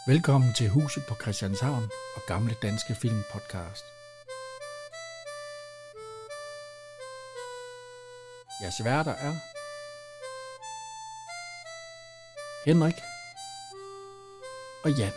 Velkommen til Huset på Christianshavn og Gamle Danske Film Podcast. Jeres værter er Henrik og Jan.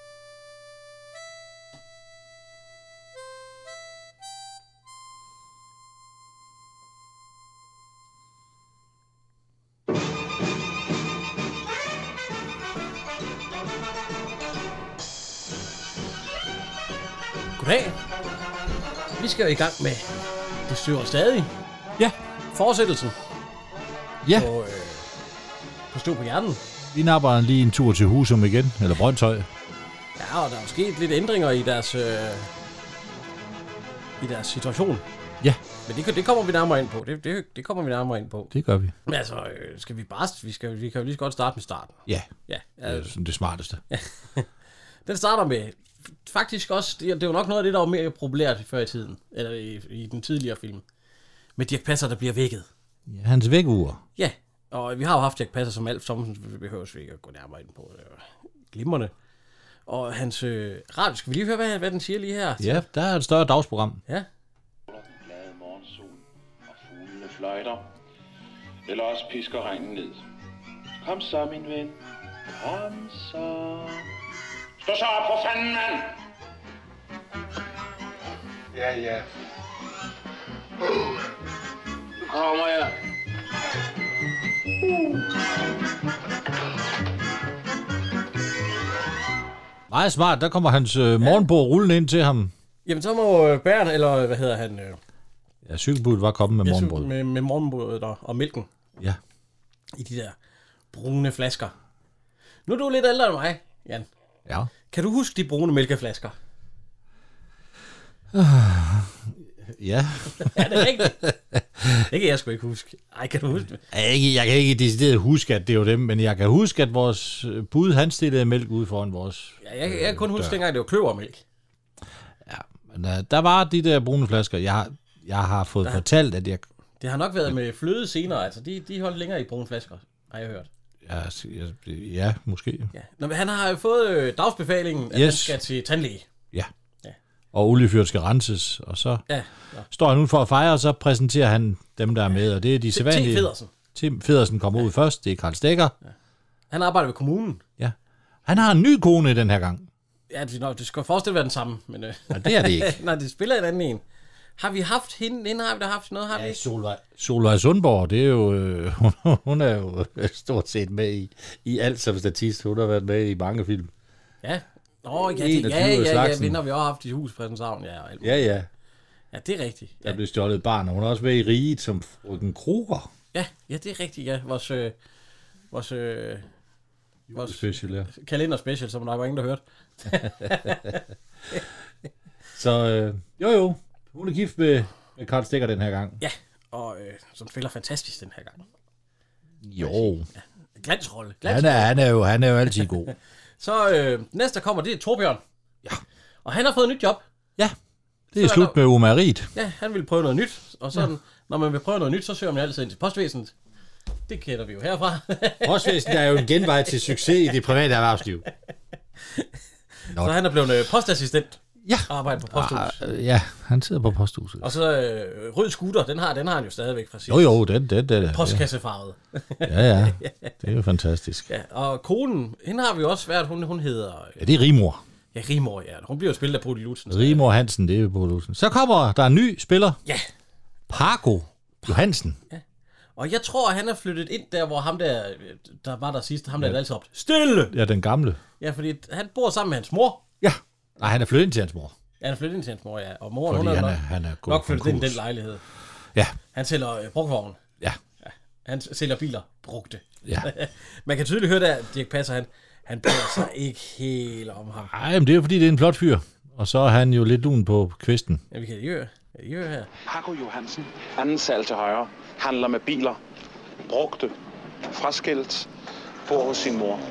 Goddag. Vi skal jo i gang med Det styrer stadig. Ja. Fortsættelsen. Ja. På Stå på Hjernen. Vi napper lige en tur til Husum igen, eller Brøndshøj. Ja, og der er jo sket lidt ændringer i deres situation. Ja. Men det kommer vi nærmere ind på. Det kommer vi nærmere ind på. Det gør vi. Men altså, vi kan jo lige så godt starte med starten. Ja, Ja. det er sådan det smarteste. Ja. Den starter med, faktisk også, det er jo nok noget af det, der var mere populært før i tiden, eller i den tidligere film, med Dirch Passer, der bliver vækket. Ja, hans vækkeur. Ja, og vi har jo haft Dirch Passer som Alf Thomsen, så vi behøver vi ikke at gå nærmere ind på. Glimrende. Og hans radio, skal vi lige høre, hvad den siger lige her? Ja, der er et større dagsprogram. Ja. Glade morgensol og fuglene fløjter. Eller også pisker regnen ned. Kom så, min ven. Kom så. Stå så op for fanden, mand! Ja. Nu kommer jeg. Meget smart, der kommer hans morgenbord rullende ind til ham. Jamen, så må Bernd, eller hvad hedder han? Ja, cykelbuddet var kommet med morgenbordet. Med morgenbordet og mælken. Ja. I de der brune flasker. Nu er du lidt ældre end mig, Jan. Ja. Kan du huske de brune mælkeflasker? Ja. Ja, det er rigtigt. Det kan jeg sgu ikke huske. Ej, kan du huske det? Jeg kan ikke decideret huske, at det var dem, men jeg kan huske, at vores bud, han stillede mælk ud foran vores Ja, jeg kan kun huske dengang, det var kløvermælk. Ja, men der var de der brune flasker. Jeg har fået fortalt, at jeg... Det har nok været med fløde senere, altså de holdt længere i brune flasker, har jeg hørt. Ja, måske. Ja. Nå, men han har jo fået dagsbefalingen, at han skal til tandlæge. Ja. Og oliefyret skal renses, og så står han ud for at fejre, og så præsenterer han dem, der er med, og det er de sædvanlige... Tim Feddersen. Tim Feddersen kommer ud først, det er Karl Stegger. Ja. Han arbejder ved kommunen. Ja. Han har en ny kone i den her gang. Ja, det skal forestille være den samme, men... Ja, det er det ikke. Nej, det spiller en anden en. Har vi haft hende inden? Har vi da haft noget? Har vi ikke? Solvej Sundborg, det er jo... hun er jo stort set med i alt som statist. Hun har været med i mange film. Ja. Ja, vinder vi også haft i hus på Christianshavn. Ja. Ja, det er rigtigt. Ja. Der blev stjålet barn, og hun er også med i Riget som frøken Kruger. Ja, det er rigtigt, ja. Vores special, ja. kalenderspecial, som der var ingen, der hørte. Så jo. Hun er gift med Karl Stegger den her gang. Ja, og som spiller fantastisk den her gang. Jo. Ja, glansrolle. Han er jo altid god. Så næste kommer, det er Torbjørn. Ja. Og han har fået et nyt job. Ja, det er slut med Umarit. Ja, han vil prøve noget nyt. Og sådan, når man vil prøve noget nyt, så søger man altid ind til postvæsenet. Det kender vi jo herfra. Postvæsenet er jo en genvej til succes i det private erhvervsliv. Så han er blevet postassistent. Ja. Og arbejder på posthuset. Ja, han sidder på posthuset. Og så rød scooter, den har han jo stadigvæk fra sidst. Jo, den. Postkassefarvet. Ja. Det er jo fantastisk. Ja, og konen, hende har vi jo også været, hun hedder... Ja, det er Rigmor. Ja, Rigmor, ja. Hun bliver jo spillet af Bodil Lutzen. Rigmor Hansen, det er jo Bodil Lutzen. Så kommer der en ny spiller. Ja. Paco Johansen. Ja. Og jeg tror, han er flyttet ind der, hvor ham der var der sidst, ham der altid råbte, stille! Ja, den gamle. Ja, fordi han bor sammen med hans mor. Ja. Nej, han er flyttet ind til hans mor. Ja, han er flyttet ind til hans mor, ja. Og moren, fordi hun han er nok flyttet ind i den lejlighed. Ja. Han sælger brugtvogn. Ja. Han sælger biler brugte. Ja. Man kan tydeligt høre, der Dirch Passer, han bryder sig ikke helt om ham. Nej, men det er jo fordi, det er en flot fyr. Og så er han jo lidt lun på kvisten. Ja, vi kan lige høre her. Paco Johansen, anden sal til højre, handler med biler. Brugte. Fraskilt. Bor hos sin mor.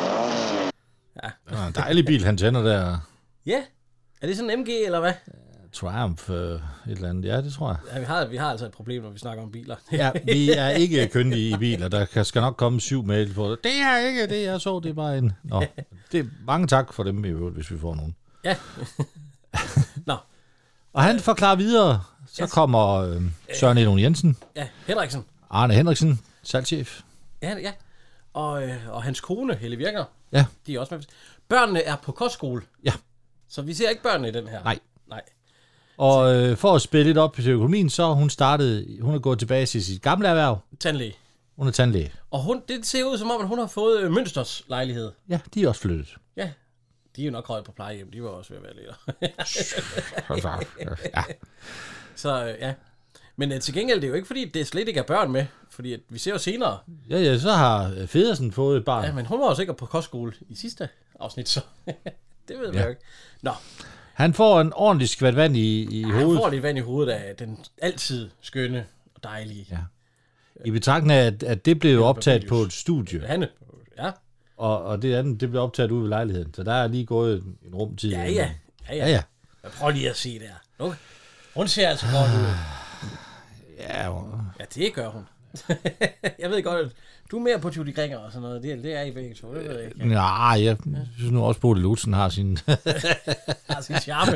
Ja. En dejlig bil, han tænder der. Ja. Er det sådan en MG, eller hvad? Triumph, et eller andet. Ja, det tror jeg. Ja, vi har altså et problem, når vi snakker om biler. Ja, vi er ikke kyndige i biler. Der skal nok komme 7 mail på det. Det er ikke det, jeg så. Det er bare en... Nå, det er mange tak for dem i øvrigt, hvis vi får nogen. Ja. Nå. Og han forklarer videre. Så kommer Søren Elon Jensen. Ja, Henriksen. Arne Henriksen, salgschef. Ja. Og hans kone, Helle Virker. Ja. De er også med. Børnene er på kostskole. Ja. Så vi ser ikke børnene i den her. Nej. Nej. Og for at spille lidt op til økonomien, så hun er gået tilbage til sit gamle erhverv. Tandlæge. Hun er tandlæge. Og det ser ud som om, at hun har fået Mønsters lejlighed. Ja, de er også flyttet. Ja. De er jo nok røget på plejehjem. De var også ved at være leder. Ja. Så ja. Men til gengæld, det er jo ikke fordi, det slet ikke er børn med. Fordi vi ser jo senere. Ja, så har Federsen fået et barn. Ja, men hun var jo sikkert på kostskole i sidste afsnit, så det ved jeg jo ikke. Nå. Han får en ordentlig skvat vand i hovedet. Han får lidt vand i hovedet af den altid skønne og dejlige. Ja. I betragtning af, at det blev optaget på et studie. Hanne. Ja. Og det andet, det blev optaget ude ved lejligheden. Så der er lige gået en rumtid. Ja. Ja. Prøv lige at se der. Nu. Hun ser altså godt ud. Ja, det gør hun. Jeg ved godt, at du er mere på Judy Gringer og sådan noget. Det er I begge to, det ved jeg ikke. Nej, jeg synes nu også, at Bodil Lutzen har sin... har sin charme.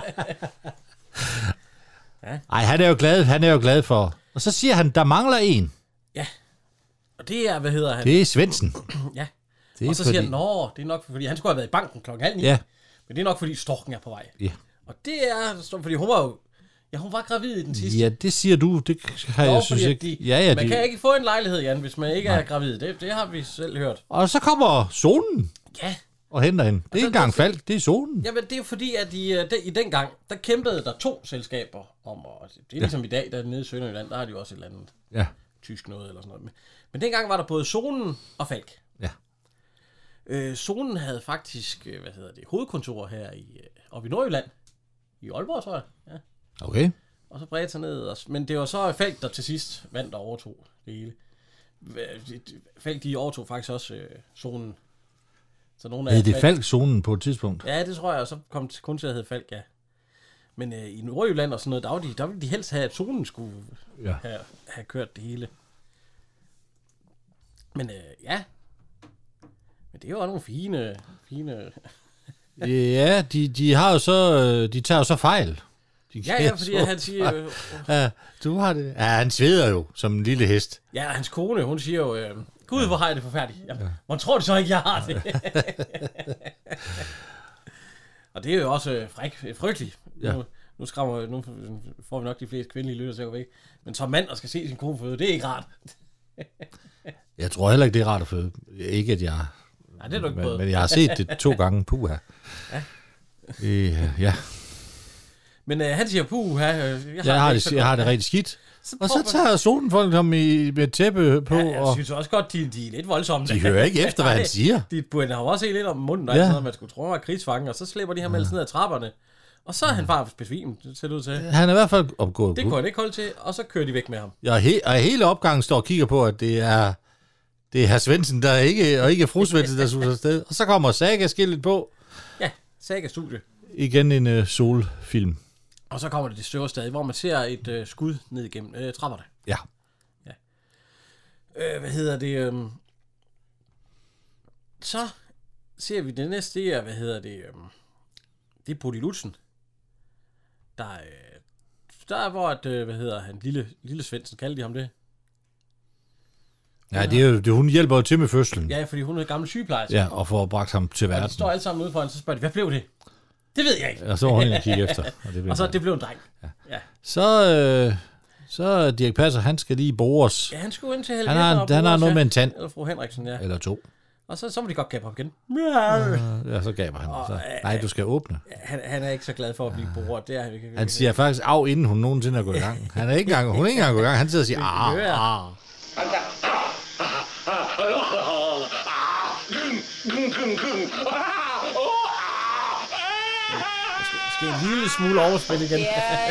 Ej, han er jo glad for... Og så siger han, der mangler en. Ja. Og det er, hvad hedder han? Det er Svendsen. Ja. Det og så siger han, det er nok fordi, han skulle have været i banken 8:30. Ja. Men det er nok fordi, storken er på vej. Ja. Og det er, fordi hun var jo... Ja, hun var gravid i den sidste. Ja, det siger du. Det har jeg synes ikke. Man kan ikke få en lejlighed, Jan, hvis man ikke er gravid. Det har vi selv hørt. Og så kommer solen. Ja. Og henter hende. Det er ikke engang Falk, det er solen. Jamen, det er jo fordi, at i den gang, der kæmpede der 2 selskaber om, og det er ligesom i dag, der nede i Sønderjylland, der har de jo også et eller andet tysk noget eller sådan noget. Men dengang var der både solen og Falk. Ja. Solen havde faktisk, hovedkontor her oppe i Nordjylland. I Aalborg, tror jeg. Ja. Okay. Og så bredte sig ned. Men det var så Falk, der til sidst vandt og overtog det hele. Falk, de overtog faktisk også zonen. Så nogle af det Falk-zonen på et tidspunkt? Ja, det tror jeg. Og så kom det kun til at hedde Falk, ja. Men i Nordjylland og sådan noget, der ville de helst have, at zonen skulle have kørt det hele. Men ja. Men det er jo nogle fine... Ja, de har jo så... De tager jo så fejl. Ja, fordi han siger... Ja, du har det. Ja, han sveder jo som en lille hest. Ja, hans kone, hun siger jo... Gud, hvor har jeg det forfærdeligt. Jamen, hvor tror du så ikke, jeg har det? Og det er jo også frygteligt. Ja. Nu får vi nok de fleste kvindelige lytter til at gå væk. Men som mand, der skal se sin kone føde, det er ikke rart. Jeg tror heller ikke, det er rart at føde. Ikke, at jeg... Nej, det er du ikke prøvet. Men jeg har set det 2 gange. Puha. Ja. Ja. Men han siger, puha, jeg har det rigtig skidt. Og så tager solen folk ham med et tæppe på. Ja, jeg synes også godt, de er lidt voldsomme. De hører ikke efter, hvad han siger. De burde have også se lidt om munden, og sådan, man skulle tro, at man var krigsfangen, og så slipper de ham ellers ned ad trapperne. Og så er han bare besvimet, det ser ud til. Han er i hvert fald opgået. Det kunne han ikke holde til, og så kører de væk med ham. Ja, og hele opgangen står og kigger på, at det er herr Svendsen, der ikke fru Svendsen, der suser afsted. Og så kommer Saga-skiltet på. Ja, Saga-studie. Igen en solfilm. Og så kommer det større sted, hvor man ser et skud ned igennem trapperne. Ja. Så ser vi det næste, det er, det er Bodil Lutzen. Der er, hvor at, lille Svendsen, kalder de ham det? Ja, det er hun hjælper jo til med fødslen. Ja, fordi hun er gammel sygeplejerske. Ja, og får bragt ham til verden. Og de står alle sammen ude foran, så spørger de, hvad blev det? Det ved jeg ikke. Og så var hun kigge efter. Og det blev en dreng. Ja. Så Dirch Passer, han skal lige bores. Ja, han skulle ind til Helge. Han har noget med en tand. Eller fru Henriksen, ja. Eller 2. Og så må de godt gabe ham igen. Ja, så gaber han. Så. Nej, du skal åbne. Han er ikke så glad for at blive boret. Det er han. Han siger faktisk af, inden hun nogensinde er gået i gang. Hun er ikke engang gået i gang. Han sidder og siger, Skal en lille smule overspil igen. Ja,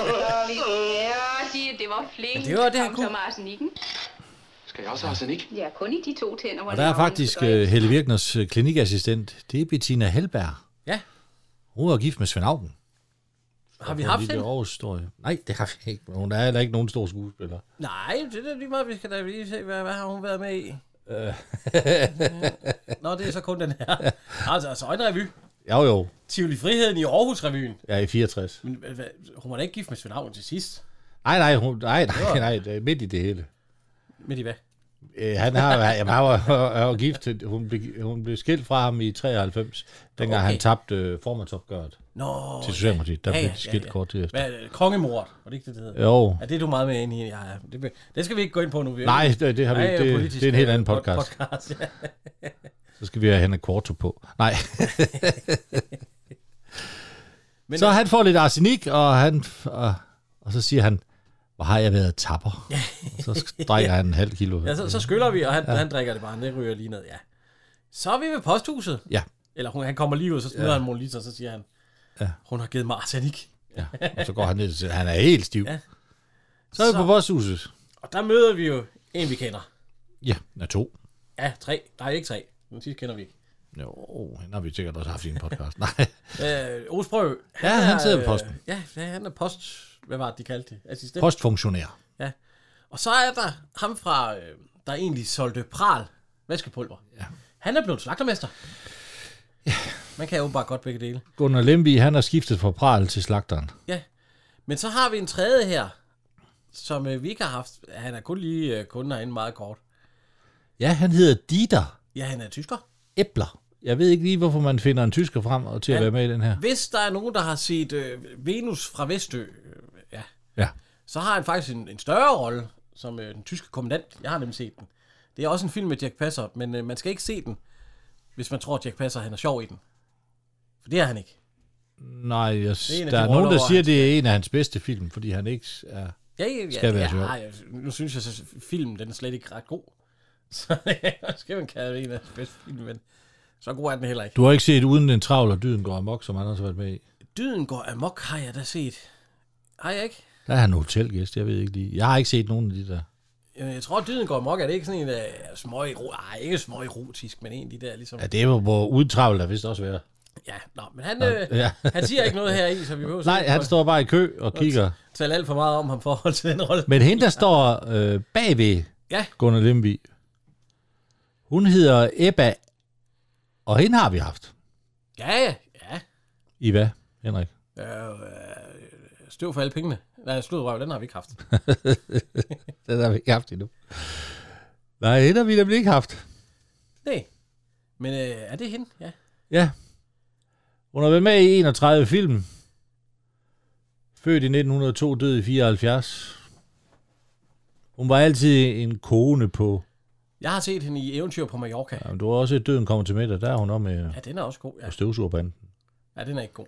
det var flink. Det var det, han kunne. Skal jeg også have arsenik? Ja, kun i de 2 tænder. Og der er faktisk Helle Virkners klinikassistent. Det er Bettina Hellberg. Ja. Hun er gift med Svend Auken. Har vi haft en hende? historie? Nej, det har vi ikke. Hun er heller ikke nogen stor skuespiller. Nej, det er lige meget, vi skal da lige se, hvad har hun været med i? Nå, det er så kun den her. Altså Øjenrevy. Jo. Tivoli Friheden i Aarhus-revyen. Ja, i 64. Men hun var da ikke gift med Svend Auken til sidst. Nej, det er midt i det hele. Midt i hvad? Han var gift. Hun blev skilt fra ham i 93, dengang han tabte formandsopgøret til Socialdemokratiet. Der blev skilt kort til efter. Kongemordet, var det ikke det hedder? Jo. Ja, det er du meget med ind i. Ja, det skal vi ikke gå ind på nu. Nej, det har vi ikke. Det er en helt anden podcast. Ja. Så skal vi have Henrik Kvarto på. Nej. Men så han får lidt arsenik, og så siger han, hvor har jeg været tapper? Så drikker han en halv kilo. Ja, så skyller vi, og han drikker det bare. Han ryger lige ned, ja. Så er vi ved posthuset. Ja. Eller han kommer lige ud, så smider han en liter, og så siger han, hun har givet mig arsenik. Ja, og så går han ned, han er helt stiv. Ja. Så er vi på posthuset. Og der møder vi jo en, vi kender. Ja, 2. Ja, 3. Nej, ikke 3. Den sidste kender vi ikke. Jo, han har vi sikkert også haft i en podcast. Nej. Osprøv. Han sidder på posten. Ja, han er hvad var det, de kaldte det? Assistent. Postfunktionær. Ja. Og så er der ham fra, der egentlig solgte Pral vaskepulver. Ja. Han er blevet slagtermester. Ja. Man kan jo bare godt begge dele. Gunnar Lemvig, han har skiftet fra Pral til slagteren. Ja. Men så har vi en tredje her, som vi ikke har haft. Han er kun lige kunden herinde meget kort. Ja, han hedder Dieter. Ja, han er tysker. Æbler. Jeg ved ikke lige, hvorfor man finder en tysker frem og til at være med i den her. Hvis der er nogen, der har set Venus fra Vestø, så har han faktisk en større rolle som den tyske kommandant. Jeg har nemlig set den. Det er også en film med Jack Passer, men man skal ikke se den, hvis man tror, at Jack Passer han er sjov i den. For det er han ikke. Nej, der er nogen, der siger, at det er en af hans bedste film, fordi han ikke skal være sjov. Nu synes jeg, at filmen den er slet ikke ret god. Så skal man kalde det en af hans bedste film, men så god er den heller ikke. Du har ikke set Uden den travl og Dyden går amok, som han også har været med i? Dyden går amok har jeg da set. Har jeg ikke? Der er han hotelgæst, jeg ved ikke lige. Jeg har ikke set nogen af de der. Jeg tror, Dyden går amok. Er det ikke sådan en ikke småerotisk, men en af de der ligesom... Ja, det er jo, hvor Uden travl der vist også være. Ja, men han siger ikke noget her i, så vi behøver... Nej, han står bare i kø og kigger. Taler alt for meget om ham forhold til den rolle. Men hende, der står bagved Gunnar Lemvig, hun hedder Ebba, og hende har vi haft. Ja. I hvad, Henrik? Støv for alle pengene. Nej, sludrøv, den har vi ikke haft. Den har vi ikke haft endnu. Nej, hende har vi nemlig ikke haft. Nej. Men er det hende? Ja. Ja. Hun har været med i 31 film. Født i 1902, død i 74. Hun var altid en kone på... Jeg har set hende i Eventyr på Mallorca. Ja, du har også set Døden kommer til middag. Der er hun også med... Ja, den er også god. Ja. Og støvsugerbanden. Ja, den er ikke god.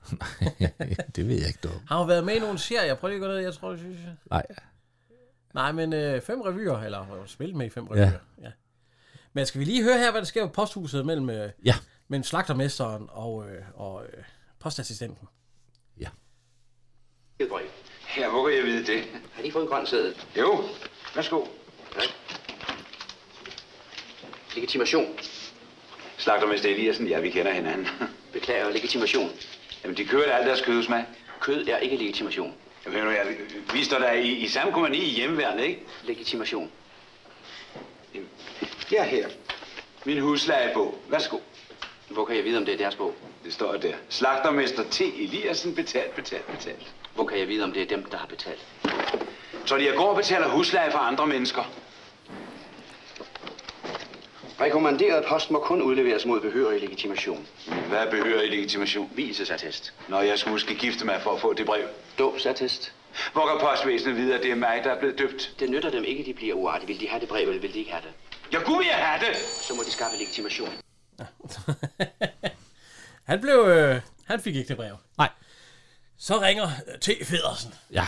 Det ved jeg ikke, dog. Har hun været med i nogle serier? Prøv lige at gå ned, jeg tror, synes jeg. Nej. Nej, men 5 revyer, eller spillet med i 5 revyer. Ja. Men skal vi lige høre her, hvad der sker på posthuset mellem slagtermesteren og postassistenten? Ja. Her, hvor kan jeg vide det? Har de fået en grøn sædel? Jo, værsgo. Tak. Legitimation. Slagtermester Eliassen, ja, vi kender hinanden. Beklager, legitimation. Jamen, de kører da alt deres kød hos mig. Kød er ikke legitimation. Jamen, vi står der i samme kompagni i hjemmeværnet, ikke? Legitimation. Ja, her. Min huslegebog. Værsgo. Hvor kan jeg vide, om det er deres bog? Det står der. Slagtermester T. Eliassen, betalt. Hvor kan jeg vide, om det er dem, der har betalt? Så jeg går og betaler husleje for andre mennesker. Rekommanderet post må kun udleveres mod behørig legitimation. Hvad er behørig legitimation? Vielsesattest. Når jeg skulle måske gifte mig for at få det brev. Dåbsattest. Hvor kan postvæsenet vide, at det er mig, der er blevet døbt? Det nytter dem ikke, de bliver uartige. Vil de have det brev, eller vil de ikke have det? Ja, gud vil jeg have det! Så må de skaffe legitimation. Han fik ikke det brev. Nej. Så ringer T. Federsen. Ja.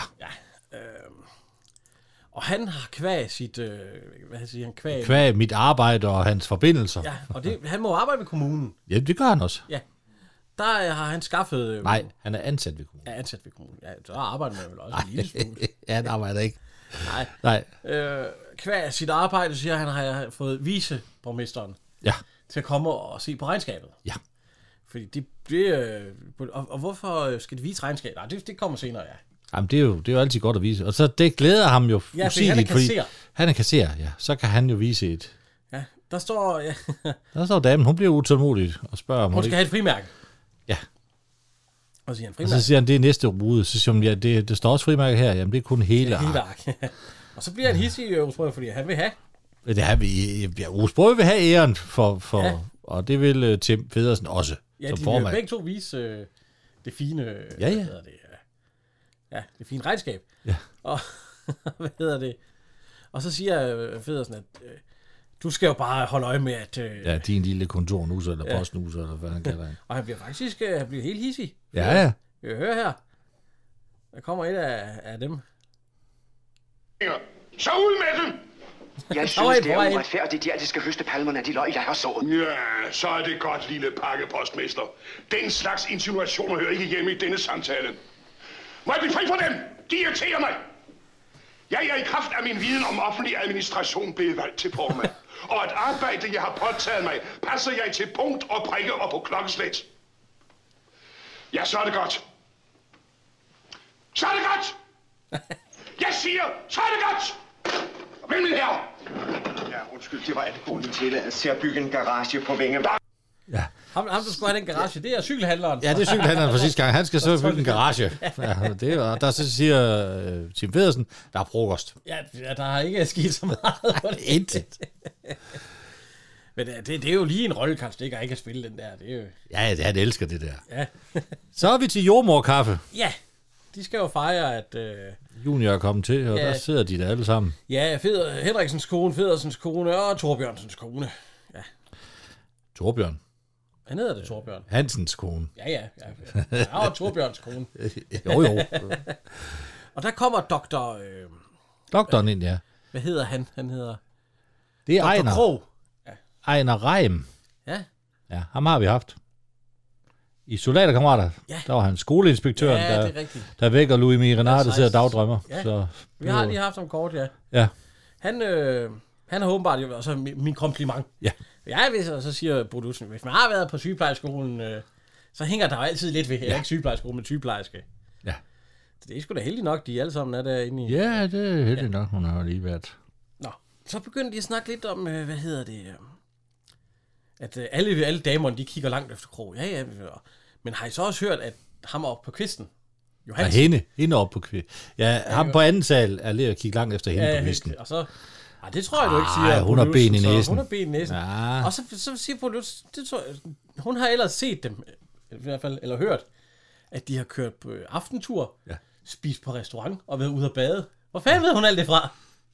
Og han har kvæg sit... Kvæg mit arbejde og hans forbindelser. Ja, og han må arbejde ved kommunen. Ja, det gør han også. Ja. Der har han skaffet... Nej, han er ansat ved kommunen. Ja, ansat ved kommunen. Ja, så arbejder man vel også en lille smule. Ja, han arbejder ikke. Nej. Kvæg sit arbejde, siger han, har jeg fået viceborgmesteren til at komme og se på regnskabet. Ja. Fordi og hvorfor skal de vise regnskab? Nej, det kommer senere, ja. Jamen, det er jo altid godt at vise. Og så det glæder ham jo usigeligt, fordi han er kasserer, ja. Så kan han jo vise et. Ja, der står... Ja. Der står damen, hun bliver utålmodig og spørger om hun skal have et frimærke. Ja. Og så siger han frimærke. Og så siger han, det er næste rude. Så siger han, ja, det står også frimærke her. Jamen, det er kun hele ark. Og så bliver han hissig, Rosbrød, fordi han vil have. Det har vi. Ja, Rosbrød vil have æren for ja. Og det vil Tim Feddersen også. Ja, de vil begge to vise det fine... Ja. Ja, det fine regnskab. Ja. Og hvad hedder det? Og så siger Feddersen, at du skal jo bare holde øje med, at... ja, din lille kontornuser, eller postnuser, eller hvad han kalder det. Og han bliver faktisk helt hissig. Ja. Jeg hører her. Der kommer et af dem. Så ud med dem! Jeg synes, det er uretfærdigt, de altid skal høste palmerne af de løg, jeg har sået. Ja, så er det godt, lille pakkepostmester. Den slags insinuationer hører ikke hjemme i denne samtale. Må jeg blive fri for dem? De irriterer mig. Jeg er i kraft af min viden om offentlig administration blevet valgt til formand. Og et arbejde, jeg har påtaget mig, passer jeg til punkt og prikke og på klokkeslæt. Ja, så er det godt. Så er det godt! Jeg siger, så er det godt! Vend min herre! Ja, undskyld, det var angående tilladelse til at bygge en garage på Vinge. Ja. Ham, der skulle have den garage, det er cykelhandleren. Ja, det er cykelhandleren fra sidste gang. Han skal så bygge en garage. Ja, det er, der så siger Tim Feddersen, der er frokost. Ja, der har ikke sket så meget. Intet. Men det er jo lige en rollekarlstikker, ikke at spille den der. Det er jo... Ja, han elsker det der. Ja. Så er vi til jordmorkaffe. Ja, de skal jo fejre, at... Junior er kommet til, og der sidder de der alle sammen. Ja, Henriksens kone, Feddersens kone og Torbjørnsens kone. Ja. Torbjørn? Han hedder det Torbjørn. Hansens kone. Ja. Og Torbjørns kone. jo. Og der kommer doktor... Doktoren ind, ja. Hvad hedder han? Han hedder... Det er Dr. Ejner. Krog. Ja. Ejner Reim. Ja. Ja, ham har vi haft. I Soldaterkammerater, der var han skoleinspektøren, der vækker Louis Mirenard, der sidder og dagdrømmer. Ja. Så, vi har lige haft ham kort, ja. Han har åbenbart jo altså min kompliment. Ja. Jeg vil så siger Bodudsen, hvis man har været på sygeplejeskolen, så hænger der jo altid lidt ved, ikke sygeplejeskolen, men sygeplejerske. Ja. Så det er sgu da heldigt nok, de alle sammen er derinde i... Ja, det er heldigt nok, hun har lige været. Nå, så begyndte de at snakke lidt om, at alle damerne, de kigger langt efter Krog. Ja, men har I så også hørt, at ham oppe på kvisten, Johansen? Ja, hende oppe på kvisten. Ja, ham på anden sal er lige at kigge langt efter hende på kvisten. Og så... Ej, det tror jeg, du ikke siger. Nej, hun har ben i næsen. Hun har ben i næsen. Ja. Og så siger Polus, hun har ellers set dem, i hvert fald, eller hørt, at de har kørt på aftentur, spist på restaurant og været ude at bade. Hvor fanden ved hun alt det fra?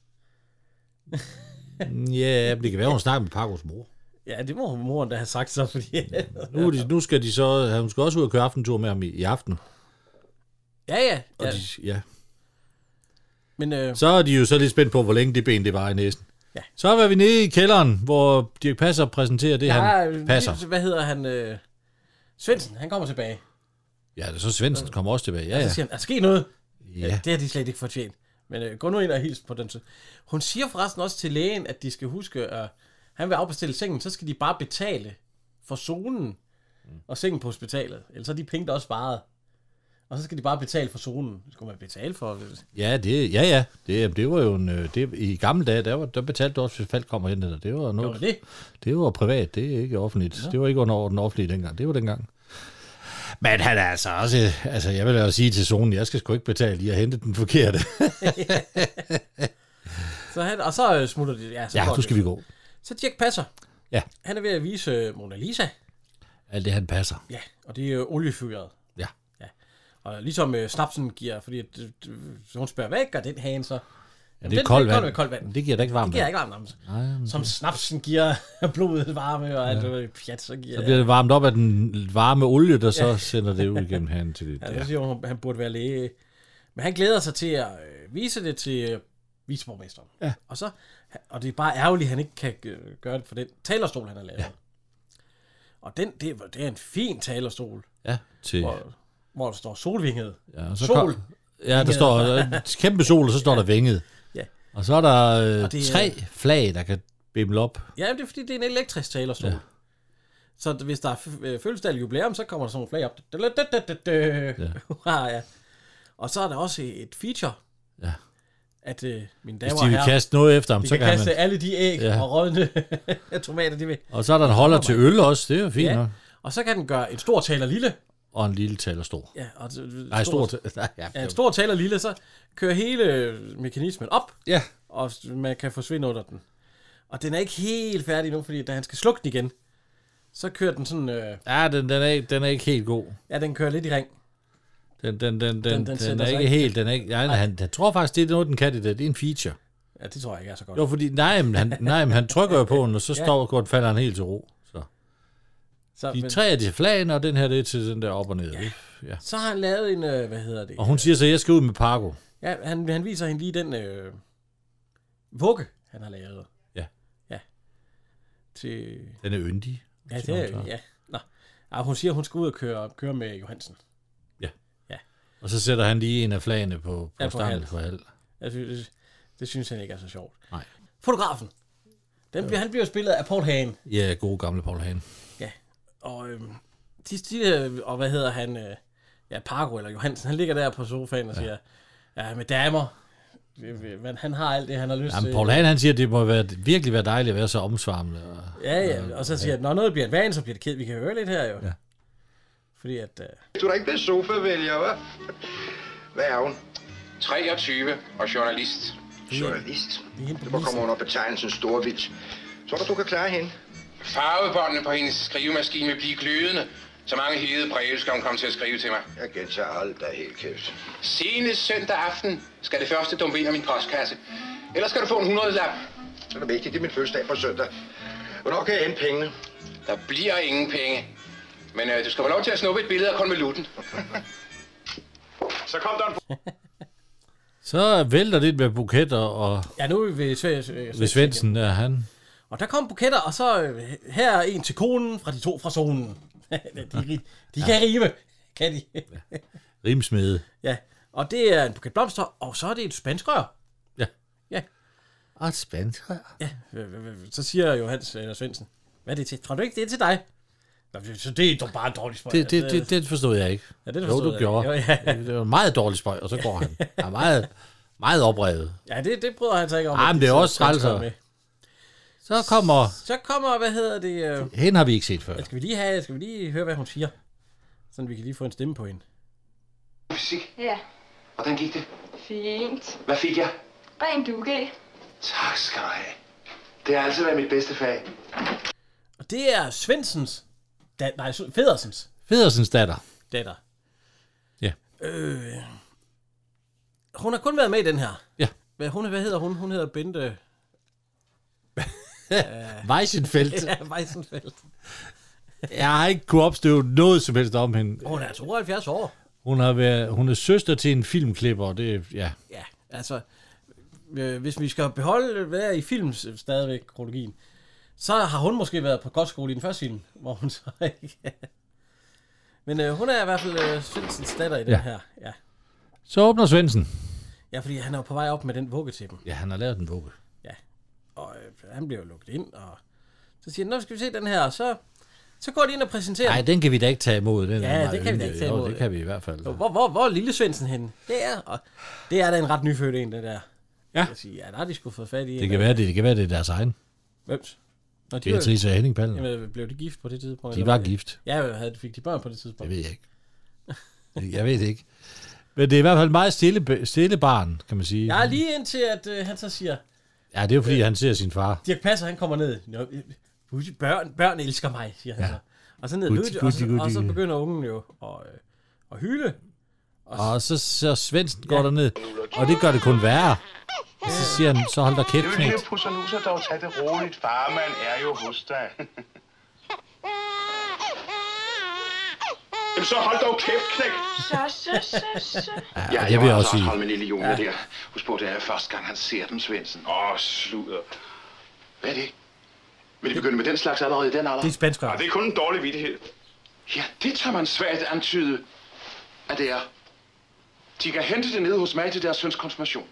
Ja, det kan være, hun snakker med Pacos mor. Ja, det må moren da have sagt så, fordi... nu skal de så... Hun skal også ud og køre aftentur med ham i aften. Ja. Ja. Men, så er de jo så lidt spændt på, hvor længe det ben det var i næsen. Ja. Så var vi nede i kælderen, hvor Dirch Passer præsenterer det, han passer. Hvad hedder han? Svendsen, han kommer tilbage. Ja, så Svendsen kommer også tilbage. Ja. Og så siger han, er der sket noget? Ja. Det har de slet ikke fortjent. Men gå nu ind og hils på den. Hun siger forresten også til lægen, at de skal huske, at han vil afbestille sengen, så skal de bare betale for zonen og sengen på hospitalet. Ellers er de penge der også sparet. Og så skal de bare betale for zonen. Skulle man betale for? Ja, det var jo i gamle dage, der betalte du også, hvis folk kommer hen. Det var noget. Det var privat, det er ikke offentligt. Ja. Det var ikke under den offentlige dengang. Det var dengang. Men han er altså også... Altså, jeg vil jo sige til zonen, jeg skal sgu ikke betale lige at hente den forkerte. så smutter de... Ja, så skal vi gå. Så Dirch Passer. Ja. Han er ved at vise Mona Lisa. Alt det, han passer. Ja, og det er oliefyret. Ja. Og ligesom snapsen giver, fordi hun spørger, hvad gør den hagen så? Ja, det er koldt vand. Det giver da ikke varmt. Det giver ikke varmt. Nej, som snapsen giver blodet varme og alt pjat, så giver... Så bliver det varmt op af den varme olie, der så sender det ud igennem hagen til det. Ja, så siger hun, han burde være læge. Men han glæder sig til at vise det til viceborgmesteren. Ja. Og det er bare ærgerligt, at han ikke kan gøre det for den talerstol, han har lavet. Ja. Og det er en fin talerstol. Ja, til... Hvor der står solvinget. Ja, og så sol. Der står kæmpe sol, og så står der vinget. Ja. Og så er der 3 flag, der kan bimle op. Ja, det er fordi, det er en elektrisk talerstol. Ja. Så hvis der er fødselsdag eller jubilæum, så kommer der sådan nogle flag op. Ja. Og så er der også et feature, at mine damer Hvis og de vil herrer, kaste noget efter ham, de så kan kan kaste man... alle de æg og rådne tomater, de vil. Og så er der en holder til øl også, det er jo fint nok. Og så kan den gøre en stor taler lille. Og en lille taler stor. Ja, og en stor taler lille, så kører hele mekanismen op. Ja. Og man kan forsvinde under den. Og den er ikke helt færdig nu, fordi da han skal slukke den igen, så kører den sådan... Ja, den er ikke helt god. Ja, den kører lidt i ring. Den er ikke helt... Den er ikke, han tror faktisk, det er noget, den kan det. Det er en feature. Ja, det tror jeg ikke er så godt. Jo, fordi... Nej, men han trykker jo på den, og så falder han helt til ro. Så de tre er til flagen, og den her, det er til den der op og ned. Ja. Så har han lavet en... Og hun siger så, jeg skal ud med Pargo. Ja, han viser hende lige den vugge, han har lavet. Ja. Til... Den er yndig. Ja, det er... Ja. Nå. Ja, hun siger, hun skal ud og køre med Johansen. Ja. Og så sætter han lige en af flagene på stangen for halv. Det synes han ikke er så sjovt. Nej. Fotografen. Han bliver spillet af Paul Hagen. Ja, gode gamle Paul Hagen. Ja. Og og hvad hedder han? Pargo eller Johansen. Han ligger der på sofaen og siger, med damer. Men han har alt det, han har lyst til. Paul Hagen, han siger, at det må virkelig være dejligt at være så omsvarmende. Og så siger han, når noget bliver en vane, så bliver det kedeligt. Vi kan høre lidt her jo. Ja. Fordi at... Du er da ikke blevet sofa-vælger, hva'? Hvad er hun? 23 og journalist. Journalist? Hvor kommer hun op betegnelsen storvildt? Tror du kan klare hende? Farvebåndene på hendes skrivemaskine vil blive glødende. Så mange hede breve skal hun komme til at skrive til mig. Jeg gentager alt, der er helt kæft. Senest søndag aften skal det første dumpe ind af min postkasse. Ellers skal du få en 100-lap. Så er det vigtigt, det er min fødselsdag på søndag. Hvornår kan jeg hente pengene? Der bliver ingen penge. Men du skal få lov til at snuppe et billede af konvolutten. Så kom der en... Så vælter det med buketter og... Ja, nu er vi ved Svendsen, er han... Og der kom buketter, og så her er en til konen fra de to fra zonen. de kan rime, kan de. Rimsmede. Ja, og det er en buket blomster, og så er det et spanskrør. Ja. Og et spanskrør? Ja, så siger Johannes eller Svendsen, hvad er det til? Tror du ikke, det er til dig? Så det er bare en dårlig spøj. Det forstod jeg ikke. Ja, det forstod du gjorde. Det var en meget dårlig spøj, og så går han. Han er meget, meget oprevet. Ja, det bryder han sig ikke om. Men det er også trælser. Så kommer, hvad hedder det? Hende har vi ikke set før. Skal vi lige høre, hvad hun siger? Sådan vi kan lige få en stemme på hende. Fysik? Ja, Hvordan gik det? fint. Hvad fik jeg? Ren duge. Tak skal du have. Det har altid været mit bedste fag. Og det er Svendsens... Federsens. Federsens datter. Ja. Hun har kun været med i den her. Ja. Hvad hedder hun? Hun hedder Bente... Weissenfeldt. Ja, Weissenfeldt. Jeg har ikke kunnet opstøve noget som helst om hende. Hun er 72 år. Hun er søster til en filmklipper, det ja. Ja, altså... Hvis vi skal være i film stadigvæk, kronologien, så har hun måske været på kostskole i den første film, hvor hun så ikke... Men hun er i hvert fald Svendsens datter i den her. Ja. Så åbner Svendsen. Ja, fordi han er på vej op med den vugge til dem. Ja, han har lavet den vugge. Ja, og han bliver jo lukket ind, og så siger han, nu skal vi se den her, og så går de ind og præsenterer. Nej, den kan vi da ikke tage imod. Den det kan vi da ikke tage imod. Det kan vi i hvert fald. Hvor er lille Svendsen henne? Det er da en ret nyfødt en, det der. Ja. Jeg siger, der har de sgu fået fat i. Det kan være, det er deres egen. Hvem's? Beatrice og Henning Pallen. Jamen, blev de gift på det tidspunkt? De var gift. Ja, fik de børn på det tidspunkt? Det ved jeg ikke. Jeg ved det ikke. Men det er i hvert fald meget stille barn, kan man sige. Ja, lige indtil, at han så siger... Ja, det er jo fordi, han ser sin far. Dirch Passer, han kommer ned. Børn elsker mig, siger han så. Og så ned, og så begynder ungen jo at hyle. Og så Svendsen går derned, og det gør det kun værre. Og så siger han, så hold da kæft, knægt. Det pusser nu, så dog tag det roligt. Farmand er jo hos dig. Jamen så hold dog kæft, knægt. Så. Ja, det vil jeg også sige. Hold med lille Jone der. Husk på, det er første gang, han ser dem, Svendsen. Sludder. Hvad er det? Vil de begynde med den slags allerede i den alder? Det er spanskere. Ja, det er kun en dårlig vittighed. Ja, det tager man svært antyde, at det er. De kan hente det nede hos mig til deres søns konfirmation.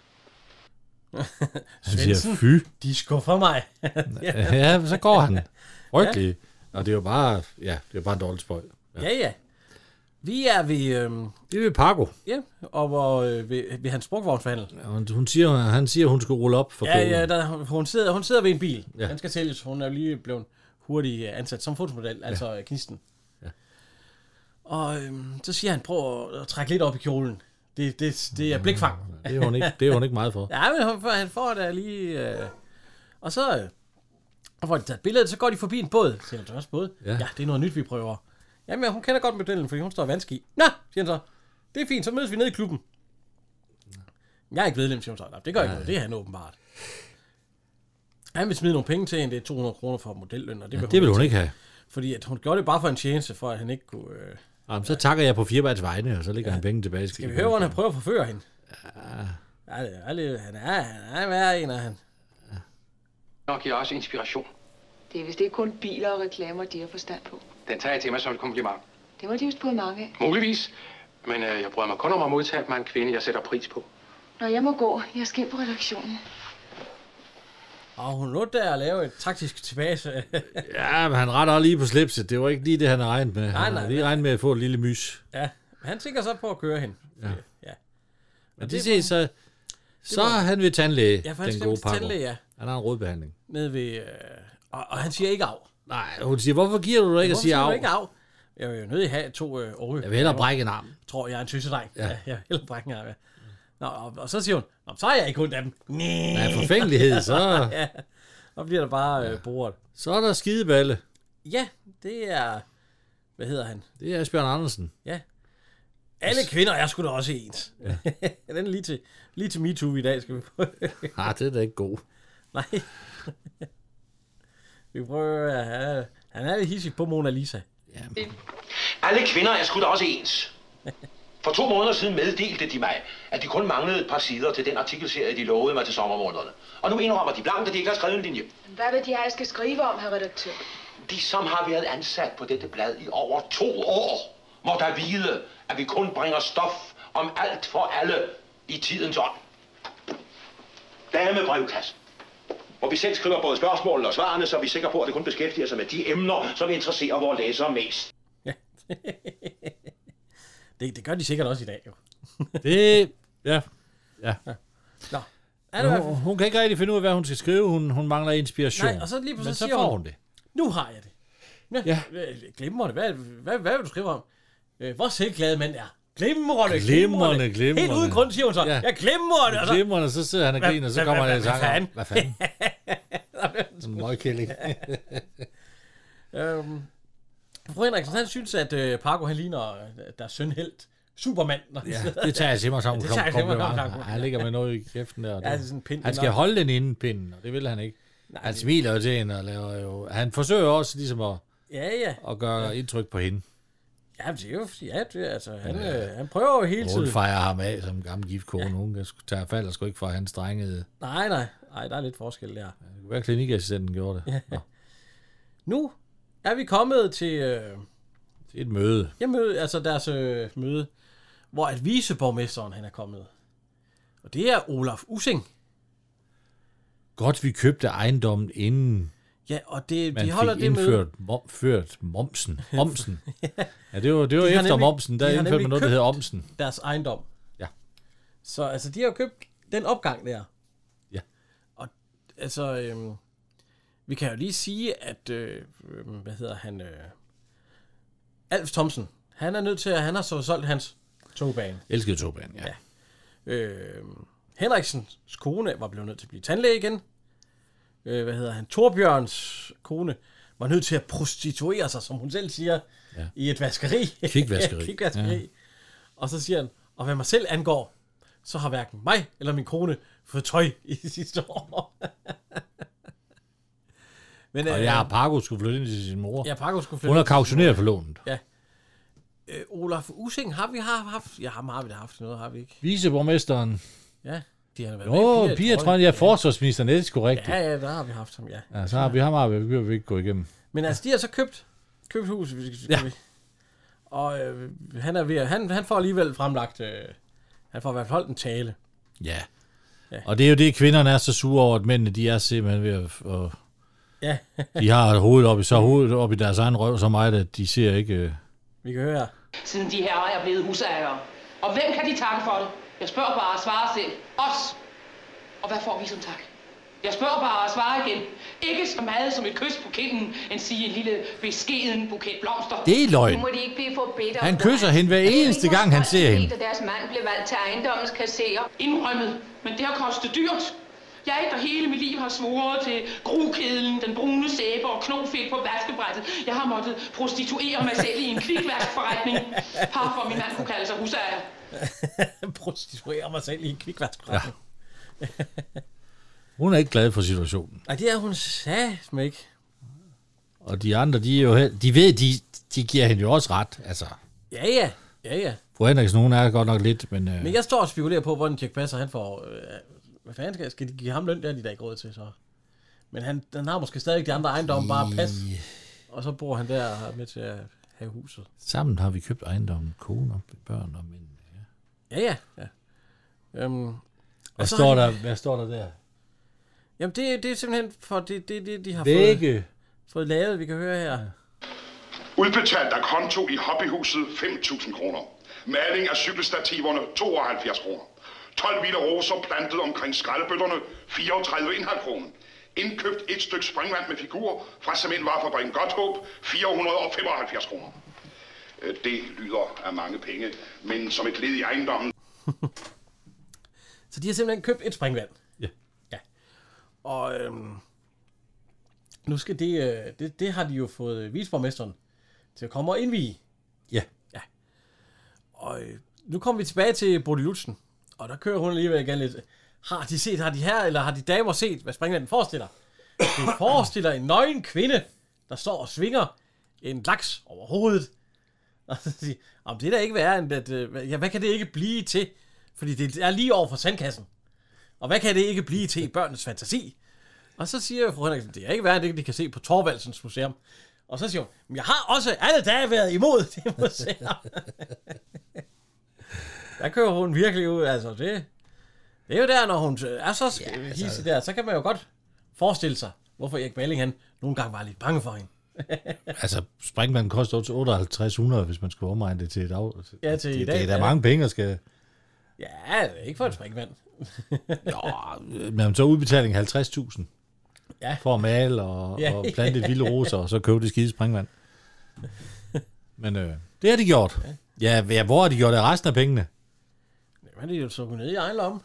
Han siger, fy. De skuffer mig. Ja, så går han. Frygtelig. Og det er jo bare, en dårlig spøj. Ja. Vi er ved... Det er ved Paco. Ja, og hvor, ved hans brugtvognsforhandel. Ja, han siger, hun skal rulle op for kolen. Ja, hun sidder ved en bil. Ja. Han skal sælges. Hun er jo lige blevet hurtigt ansat som fotomodel, altså Knisten. Ja. Og så siger han, prøv at trække lidt op i kjolen. Det er blikfang. Det er hun ikke meget for. Ja, men han får da lige... Og så får de taget billedet, så går de forbi en båd. Så siger han, også båd? Ja, det er noget nyt, vi prøver. Jamen, hun kender godt modellen, fordi hun står vandski. Nå, siger han så. Det er fint, så mødes vi nede i klubben. Jeg er ikke vedlem, siger hun så. Det gør ikke noget, det er han åbenbart. Han vil smide nogle penge til hende, det er 200 kroner for modelløn, og det vil hun ikke have. Fordi at hun gjorde det bare for en tjeneste, for at han ikke kunne... Jamen, så takker jeg på Firbergs vegne, og så lægger han penge tilbage. Skal vi høre, hvordan han prøver at forføre hende? Han er værre en af han. Og giver også inspiration. Det er vist ikke kun biler og reklamer, de har forstand på. Den tager jeg til mig som et kompliment. Det må de vist på mange af. Muligvis. Men jeg bryder mig kun om at modtage mig en kvinde, jeg sætter pris på. Nå, jeg må gå. Jeg skal ind på redaktionen. Og hun lå der at lave et taktisk tilbage. Ja, men han retter lige på slipset. Det var ikke lige det, han havde regnet med. Han havde lige regnet med at få et lille mys. Ja, han tænker så på at køre hende. Ja. Men det siger så er han ved tandlæge, ja, for den gode Paco. Ja. Han har en rådbehandling. Nede ved... Og han siger ikke af. Nej, hun siger, hvorfor giver du ikke at sige af? Hvorfor siger du ikke af? Jeg vil jo nødt til at have 2 år. Jeg vil hellere brække en arm. Tror jeg er en tyssedreng. Ja. Jeg vil hellere brække en arm, ja. Nå, og så siger hun, så er jeg ikke ondt af dem. Nej, forfængelighed, så... Ja, og bliver der bare bordet. Så er der skideballe. Ja, det er... Hvad hedder han? Det er Asbjørn Andersen. Ja. Alle kvinder er sgu da også ens. Ja. Den er lige til MeToo i dag, skal vi prøve. Nej, det er da ikke god. Nej. Vi prøver at have... Han er lidt hissig på Mona Lisa. Ja. Alle kvinder er sgu da også ens. For 2 måneder siden meddelte de mig, at de kun manglede et par sider til den artikelserie, de lovede mig til sommermånederne. Og nu indrømmer de blankt, at de ikke har skrevet en linje. Hvad vil de have, jeg skal skrive om, herr redaktør? De, som har været ansat på dette blad i over 2 år, må da vide, at vi kun bringer stof om alt for alle i tidens ånd. Damebrevkassen, hvor vi selv skriver både spørgsmålene og svarene, så er vi sikre på, at det kun beskæftiger sig med de emner, som interesserer vores læsere mest. Ja. Det gør de sikkert også i dag, jo. Ja. Nå. Hun kan ikke rigtig finde ud af, hvad hun skal skrive. Hun mangler inspiration. Nej, og så lige pludselig så siger hun det. Nu har jeg det. Ja. Glimrende. Hvad vil du skrive om? Hvor selvglade mand er. Glimrende. Helt uden grund, siger hun så. Ja, glimrende. Glimrende, så sidder han og griner, og så kommer han og siger, hvad fanden? Sådan en møgkælling. Fru Henriksen, han synes, at Paco, han ligner deres sønhelt. Supermand. Ja, det tager jeg til mig som han ligger med noget i kæften der. Ja, sådan en pind, han skal holde den inden pinden, og det vil han ikke. Nej, han smiler jo til hende og laver jo... Han forsøger også ligesom at gøre indtryk på hende. Ja, det er jo... Ja, det, altså, han prøver jo hele tiden. Hun fejrer ham af som gammel gift kone. Hun tager falder sgu ikke fra hans strengede... Nej, der er lidt forskel der. Det kunne være, klinikassistenten gjorde det. Ja. Nu er vi kommet til et møde. Ja, altså deres møde, hvor at viceborgmesteren han er kommet. Og det er Olaf Ussing. Godt, vi købte ejendommen inden. Ja, og de holder det indført momsen. Ja, det var efter momsen, der indførte man noget, der hedder omsen. Deres ejendom. Ja. Så altså, de har jo købt den opgang der. Ja. Og altså, vi kan jo lige sige, at, Alf Thomsen, han er nødt til han har så solgt hans togbane. Elskede togbane, ja. Henriksens kone var blevet nødt til at blive tandlæge igen. Torbjørns kone var nødt til at prostituere sig, som hun selv siger, i et vaskeri. Kvikvaskeri. Ja. Og så siger han, og hvad mig selv angår, så har hverken mig eller min kone fået tøj i de sidste år. Men, og Paco skulle flytte ind til sin mor. Ja, Paco skulle flytte. Hun har kautioneret for lånet. Ja. Olaf Ussing har vi haft. Ja, ham har vi da haft noget, har vi ikke? Viceborgmesteren. Ja. De har været med. Pia Trøjen, forsvarsministeren, det er sgu rigtigt. Ja, der har vi haft ham, ja. Ja, så har vi ham, vi behøver ikke gå igennem. Men altså, de har så købt huset. Ja. Og han er ved han får alligevel fremlagt, han får i hvert fald holdt en tale. Ja. Og det er jo det, kvinderne er så sure over, at mændene, de er simpelthen ved Ja. De har hovedet op i deres egen røv så meget, at de ser ikke... Vi kan høre her. Siden de herrer er blevet husejere. Og hvem kan de takke for det? Jeg spørger bare og svarer selv. Os. Og hvad får vi som tak? Jeg spørger bare og svarer igen. Ikke så meget som et kys på kinden, end sige en lille beskeden buket blomster. Det er løgn. Nu må de ikke blive for bitter. Han kysser hende hver eneste gang, han ser hende. Da deres mand blev valgt til ejendommens kasserer. Indrømmet, men det har kostet dyrt. Jeg, der hele mit liv har svoret til grokedlen, den brune sæbe og knofedt på vaskebrættet. Jeg har måttet prostituere mig selv i en kvikvaskforretning. Har for min mand kunne kalde sig husejer. Prostituere mig selv i en kvikvaskforretning. Ja. Hun er ikke glad for situationen. Nej, det er hun satme ikke. Og de andre, de er jo de ved, de giver hende jo også ret, altså. Ja. Fru Henriksen, hun er godt nok lidt, men... Men jeg står og spekulerer på, hvordan Dirch Passer, han får... hvad fanden skal de give ham løn, der de der ikke råd til, så... Men han har måske stadig de andre ejendomme bare pas. Og så bor han der og er med til at have huset. Sammen har vi købt ejendommen, koner, børn og mænd. Ja. Hvad står der der? Jamen, det er simpelthen for det de har fået lavet, vi kan høre her. Udbetalt af konto i hobbyhuset 5.000 kroner. Maling af cykelstativerne 72 kroner. 12 vilde roser plantet omkring skraldebøtterne 34,5 kroner. Indkøbt et stykke springvand med figur fra cementvarefabrikken Godthåb 475 kroner. Det lyder af mange penge, men som et led i ejendommen. Så de har simpelthen købt et springvand. Ja. Og nu skal det har de jo fået viceborgmesteren til at komme og indvige. Ja. Og nu kommer vi tilbage til Bodil Lutzen, og der kører hun alligevel igen lidt. Har de her, eller har de damer set, hvad springvandet forestiller? Det forestiller en nøgen kvinde, der står og svinger en laks over hovedet. Og så siger, om det er da ikke værre end at, hvad kan det ikke blive til? Fordi det er lige over for sandkassen. Og hvad kan det ikke blive til i børnenes fantasi? Og så siger fru Henriksen, det er ikke værre end det, de kan se på Thorvaldsens Museum. Og så siger hun, men jeg har også alle dage været imod det museum. Der kører hun virkelig ud, altså det er jo der, når hun er så hissig der, så kan man jo godt forestille sig, hvorfor Erik Balling, han nogle gange var lidt bange for hende. Altså, springvand koster også 5800, hvis man skal omregne det til et dag. Ja, til i dag. Det er da mange penge, der skal... Ja, ikke for et springvand. Men så udbetaling 50.000 for at male og plante et vilde roser, og så købe det skide springvand. Men det har de gjort. Ja, hvor har de gjort af resten af pengene? Jamen, det er jo så gået ned i egen lomme.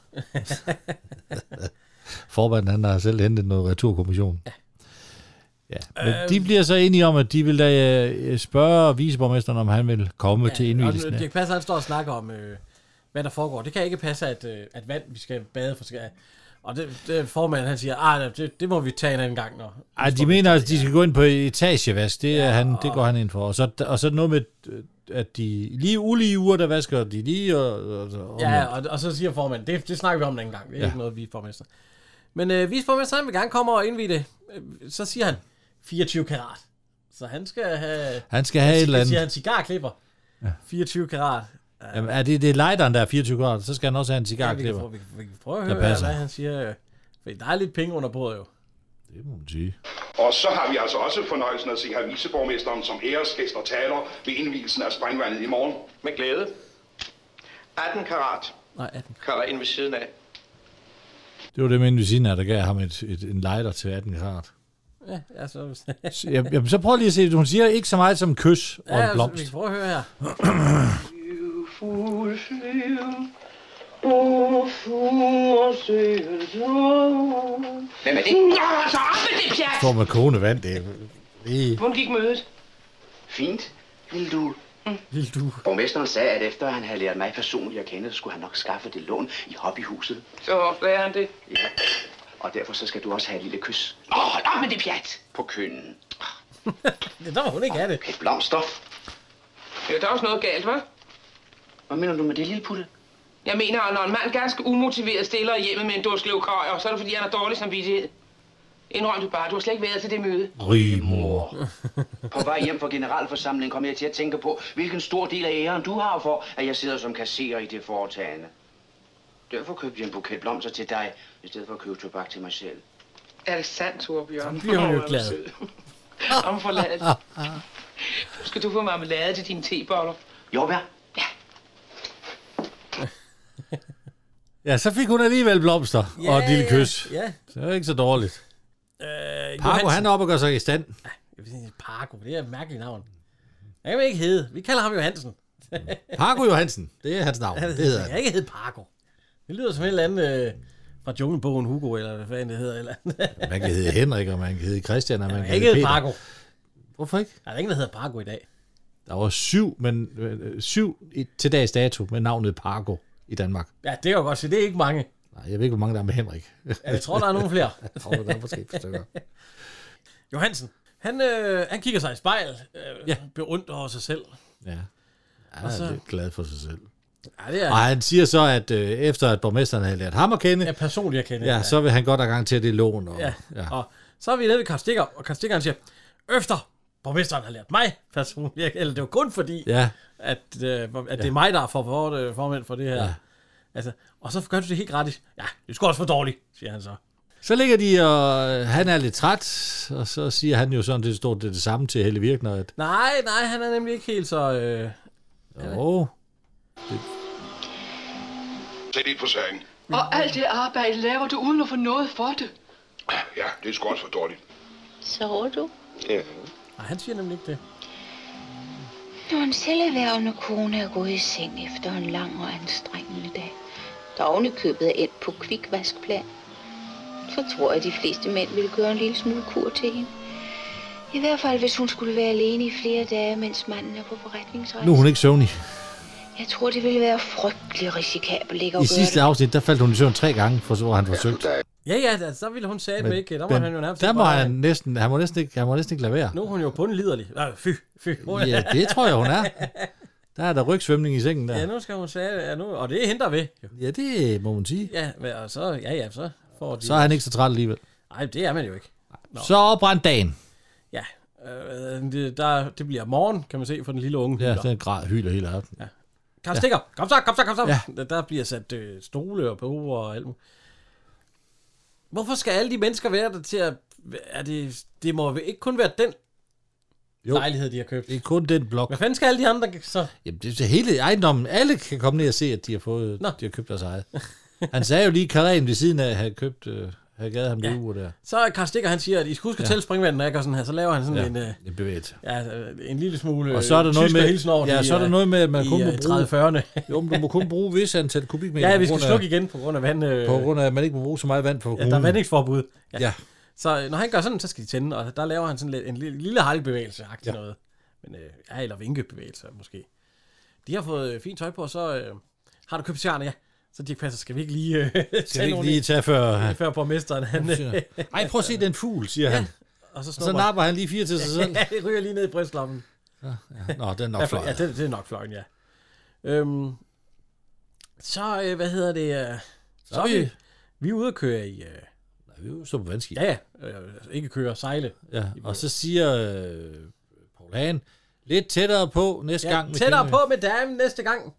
Formanden, han har selv hentet noget returkommission. Ja, men de bliver så enige om, at de vil da spørge viceborgmesteren, om han vil komme til indvielsen. Det kan passe, at han står og snakker om, hvad der foregår. Det kan ikke passe, at vand, vi skal bade for. Og det formanden, han siger, det må vi tage en anden gang. Ej, de mener, at de skal gå ind på etagevask. Det går han ind for. Og så noget med, at de lige ulige uger, der vasker de lige. Og så siger formanden, det snakker vi om en anden gang. Det er ikke noget, viceborgmester. Men viceborgmesteren vil gerne komme og indvie det. Så siger han 24 karat. Så han skal have... Han skal have et eller andet. Siger han cigarklipper. 24 karat. Jamen, er det lighteren, der er 24 karat, så skal han også have en cigarklipper. Ja, vi kan prøve at høre, hvad han siger. For der er lidt penge under bordet jo. Det må man sige. Og så har vi altså også fornøjelsen at se her viceborgmesteren som æresgæst og taler ved indvielsen af springvandet i morgen. Med glæde. 18 karat. Nej, 18. Karaten ved siden af. Det var det med en ved siden af, der gav ham en lighter til 18 karat. Ja, altså... Jamen, så prøv lige at se, hun siger ikke så meget som kys og en blomst. Vi kan prøve at høre her. Hvem er det? Nå, så op med det pjat! Får med kogende vand, det er... Hvordan gik mødet? Fint, lille du. Lille du. Borgmesteren sagde, at efter han havde lært mig personligt at kende, skulle han nok skaffe det lån i hobbyhuset. Så lærer han det? Ja, og derfor så skal du også have et lille kys. Hold op med det pjat! På kønnen. Det der må hun ikke have det. Et blomster. Ja, der er også noget galt, hva'? Hvad mener du med det, lille putte? Jeg mener, at når en mand ganske umotiveret stiller i hjemmet med en dåse løvkøjer, så er det fordi, han har dårlig samvittighed. Indrøm det bare, du har slet ikke været til det møde. Mor. På vej hjem fra generalforsamlingen kom jeg til at tænke på, hvilken stor del af æren du har for, at jeg sidder som kasserer i det foretagende. Derfor købte jeg en buket blomster til dig, i stedet for at købe tobak til mig selv. Er det sandt, Torbjørn? Så bliver hun jo glad. Om forladet. Skal du få marmelade til dine teboller? Jordbær? Ja, så fik hun alligevel blomster og et lille kys. Ja. Så det var ikke så dårligt. Parko, Johansen. han er oppe og gør sig i stand. Ja, jeg vil sige, Parko, det er et mærkeligt navn. Jeg kan ikke hedde. Vi kalder ham Johansen. Parko Johansen, det er hans navn. Det hedder han. Jeg kan ikke hedde Parko. Det lyder som et eller andet fra junglebogen Hugo, eller hvad fanden det hedder. Eller man kan hedde Henrik, og man kan hedde Christian, og man kan ikke hedde hedde Peter. Parko. Hvorfor ikke? Der er ingen, der hedder Parko i dag. Der var 7 til dags dato med navnet Parko i Danmark. Ja, det er jo godt, så det er ikke mange. Nej, jeg ved ikke, hvor mange der er med Henrik. Jeg tror, der er nogle flere. Jeg tror, der er måske et par stykker. Johansen, han kigger sig i spejl, beundrer over sig selv. Ja, og så, er lidt glad for sig selv. Ja, det er. Og han siger så, at efter at borgmesteren havde lært ham at kende, ja, personligt at kende, ja, så vil han godt have gang til at det lån. Og, ja. Og så er vi nede ved Karl Stikker, og Karl Stikker han siger, efter borgmesteren har lært mig personligt, eller det var kun fordi, at det er mig, der er formand for det her. Ja. Altså, og så gør du det helt gratis. Ja, det er sgu også for dårligt, siger han så. Så ligger de, og han er lidt træt, og så siger han jo sådan, det står det samme til Helle Virkner. At... Nej, han er nemlig ikke helt så... Jo. Sæt ind på sagen. Og alt det arbejde laver du uden at få noget for det. Ja, det er sgu også for dårligt. Sover du? Ja. Nej, han siger nemlig ikke det. Når en selverhvervende kone er gået i seng efter en lang og anstrengende dag, der ovenikøbet er endt på kvikvaskplan, så tror jeg, at de fleste mænd ville gøre en lille smule kur til hende. I hvert fald, hvis hun skulle være alene i flere dage, mens manden er på forretningsrejse. Nu er hun ikke søvnig. Jeg tror, det ville være frygtelig risikabelt ikke at I gøre sidste afsnit, der faldt hun i søvn 3 gange, for så var han forsøgt. Ja, så ville hun sige det ikke. Der må han jo nærmest der må han næsten, han må næsten ikke lade være. Nu er hun jo bundliderlig. Fy. Ja, det tror jeg, hun er. Der er der rygsvømning i sengen der. Ja, nu skal hun sige, og det er hende, der ved. Ja, det må man sige. Ja, og så, så får de... Så er han ikke så træt alligevel. Nej, det er man jo ikke. Nå. Så opbrændt dagen. Ja, det bliver morgen, kan man se, for den lille unge hyler. Ja, den hyler hele aften. Ja. Karl Stikker, kom så. Ja. Der bliver sat stole og bord og alt muligt. Hvorfor skal alle de mennesker være der til at... Det må ikke kun være den lejlighed, de har købt. Det er kun den blok. Hvad fanden skal alle de andre så? Jamen, det er hele ejendommen. Alle kan komme ned og se, at de har købt deres eget. Han sagde jo lige, Karen ved siden af havde givet ham det uge der. Så er Karl Stikker, han siger, at I skal huske at tælle springvandet, når jeg gør sådan her. Så laver han sådan en bevægelse. Ja, en lille smule. Og så er der noget med, så er der noget med, at man kun må bruge 30-40'erne. Jo, men du må kun bruge vis antal kubikmeter. Ja, vi skal slukke igen på grund af vand. På grund af, at man ikke må bruge så meget vand på kommunen. Ja, der er vandingsforbud. Ja. Så når han gør sådan, så skal de tænde, og der laver han sådan en lille halvbevægelse-agtig noget. Men, eller vinkebevægelse måske. De har fået fint tøj på, så har du købt stjerne, ja. Så Dirch Passer, skal vi ikke lige tage før borgmesteren? Ej, prøv at se den fugl, siger han. Og så napper han lige 4 til sig selv. Ja, det ryger lige ned i brystlommen. Ja. Nå, det er nok fløjen. Ja, det er nok fløjen, ja. Så, hvad hedder det? Så er vi er ude at køre i... vi er ude på vandski. Ja. Ikke køre, sejle. Ja, og så siger Poul Hagen, lidt tættere på næste gang. Tættere på med damen næste gang.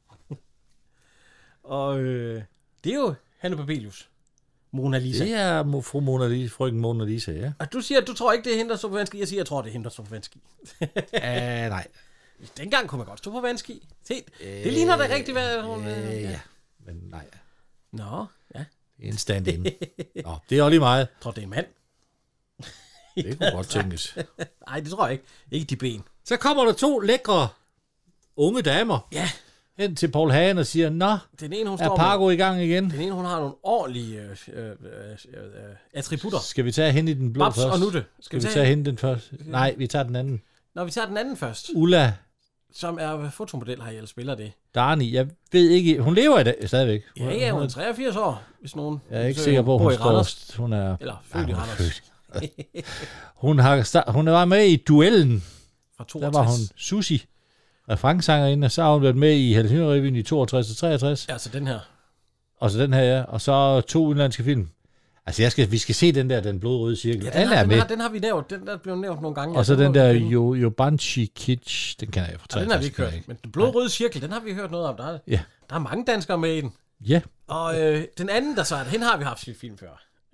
Og det er jo Hanne Babelius. Mona Lisa. Det er fru Mona Lisa, frøken Mona Lisa, ja. Og du siger, at du tror ikke, det er hende, der står på vandski. Jeg siger, jeg tror, det er hende, der står på vandski. Nej. Dengang kunne man godt stå på vandski. Se, det ligner da rigtigt, hvad hun... Ja, men nej. Nå, ja. Det er en stand-in. Nå, det er også lige meget. Jeg tror, det er en mand. Det kunne godt tænkes. Nej, det tror jeg ikke. Ikke de ben. Så kommer der 2 lækre unge damer. Ja. Hen til Poul Hagen og siger, nå, den ene, hun er Parko i gang igen? Den ene, hun har nogle ordentlige attributter. Skal vi tage hende i den blå Babs først? Og Nutte. Skal vi tage hende den først? Nej, vi tager den anden. Nå, vi tager den anden først. Ulla. Som er fotomodel her, eller spiller det. Darni, jeg ved ikke, hun lever i dag stadigvæk. Ja, hun er 83 år, hvis nogen... Jeg er ikke sikker på, hun er... Eller født i Randers. Hun var med i duellen. Fra 62. Der var hun Susi, refrainsangerinde, og så har hun været med i Helsingør-revyen i 62 og 63. Ja, så den her. Og så den her, ja. Og så 2 udenlandske film. Altså, vi skal se den der, den blodrøde cirkel. Ja, alle er med. Den har vi nævnt. Den der blev nævnt nogle gange. Og så den der Yobanchi Kitsch, den kan jeg fra 63. Ja, den har vi ikke hørt. Men den blodrøde cirkel, den har vi hørt noget om. Der er mange danskere med i den. Ja. Og den anden, der så er hende har vi haft i film før.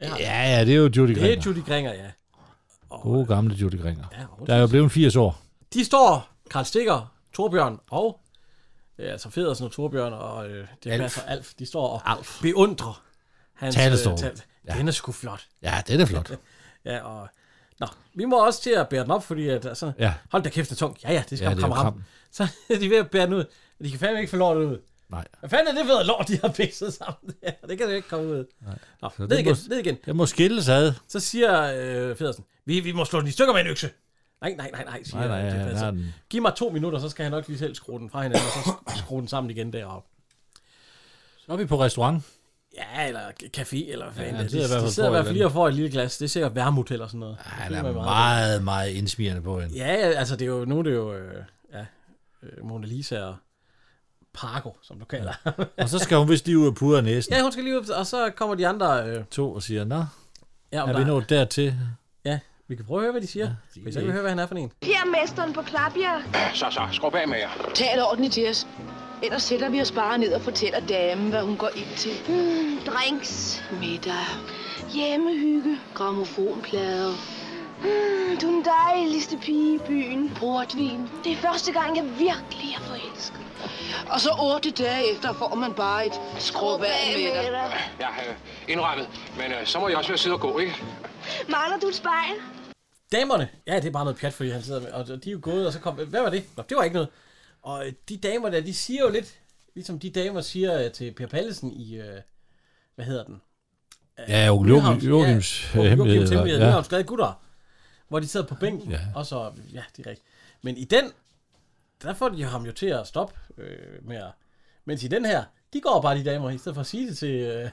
Ja, det er jo Judy Gringer. Det er Judy Gringer, ja. Gode gamle Judy Gringer. Ja, der er jo blevet 80 år. De står, Karl Stikker, Torbjørn og altså Federsen og Torbjørn og det passer Alf. De står og beundrer hans talestol. Den er sgu flot. Ja, det er flot. Ja, og vi må også til at bære den op, fordi at, altså, hold da kæft, det er tung. Ja, det skal komme ham. Så er de ved at bære den ud. De kan fandme ikke få lortet ud. Nej. Hvad fanden er det ved lort, de har fikset sammen? Det kan det ikke komme ud. Nå, ned igen. Det må skilles ad. Så siger Federsen, vi må slå den i stykker med en økse. Nej, siger det. Giv mig 2 minutter, så skal jeg nok lige selv skrue den fra hinanden, og så skrue den sammen igen deroppe. Så er vi på restaurant. Ja, eller café, eller hvad fanden. De sidder i hvert fald lige og får et lille glas. Det er sikkert vermut eller sådan noget. Ja, der er meget, meget indsmirrende på hende. Ja, altså det er jo, nu er det jo Mona Lisa og Pargo, som du kalder. Og så skal hun vist lige ud og pudre næsen. Ja, hun skal lige ud, og så kommer de andre... to og siger, nå, er vi nået dertil? Ja, vi kan prøve at høre, hvad de siger. Vi kan høre, hvad han er for en. Her mesteren på Klapbjerg. Så, skub af med jer. Tal ordentligt til os. Ellers sætter vi os bare ned og fortæller damen, hvad hun går ind til. Drinks. Middag. Hjemmehygge. Grammofonplader. Du er den dejligste pige i byen. Portvin. Det er første gang, jeg virkelig er forelsket. Og så 8 dage efter får man bare et skrub af med dig. Ja, indrømmet. Men så må jeg også være sidde og gå, ikke? Mangler du et spejl? Damerne. Ja, det er bare noget pjat, fordi han sidder med. Og de er jo gået, og så kom... Hvad var det? Nå, det var ikke noget. Og de damer der, de siger jo lidt... Ligesom de damer siger til Per Pallesen i... hvad hedder den? Ja, Joachims hemmeligheder. Ja, Nyhavns glade gutter. Hvor de sidder på bænken. Ja. Og så... Ja, det er rigtigt. Men i den... Der får de ham jo til at stoppe med at... Mens i den her, de går bare de damer, i stedet for at sige det til...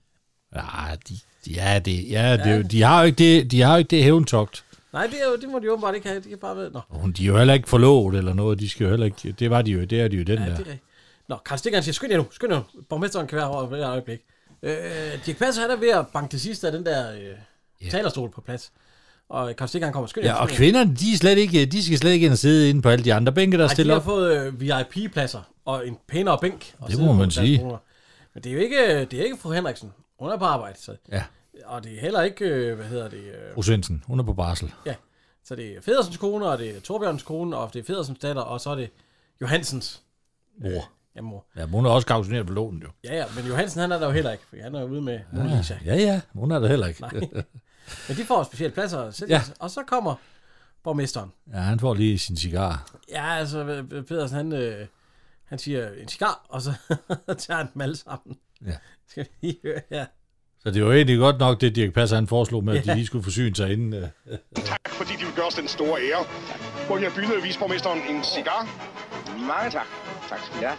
De har jo ikke det hævntogt. Nej, det må de åbenbart ikke have. De kan bare ved... De er jo heller ikke forlovet eller noget. De skal jo heller ikke... Det er de jo den der. Det er Nå, Karl Stikker siger, skynd jer nu. Borgmesteren kan være over et øjeblik. Dirch Passer, han er ved at banke til sidst af den der talerstol på plads. Og Karl Stikker, han kommer, skynd jer. Ja, og kvinderne, de skal slet ikke ind og sidde inde på alle de andre bænke, der stiller op. De har fået VIP-pladser og en pænere bænk. Det må man sige. Men det er jo ikke fru Henriksen. Hun er på arbejde, så... Ja. Og det er heller ikke, Fru Svendsen, hun er på barsel. Ja, så det er Federsens kone, og det er Torbjørns kone, og det er Federsens datter, og så er det Johansens mor. Mor. Ja, hun er også kautioneret på lånen, jo. Ja, men Johansen, han er der jo heller ikke, for han er jo ude med Mona Lisa. Ja, hun er der heller ikke. Nej. Men de får specielle pladser, og så kommer borgmesteren. Ja, han får lige sin cigar. Ja, altså, Pedersen, han siger en cigar, og så tager han dem alle sammen. Ja. Skal vi lige høre her. Så det var egentlig godt nok, det Dirch Passer han foreslog med, at de lige skulle forsyne sig inden. Tak, fordi de vil gøre os den store ære. Må jeg byde viceborgmesteren en cigar? Mange tak. Tak skal I have.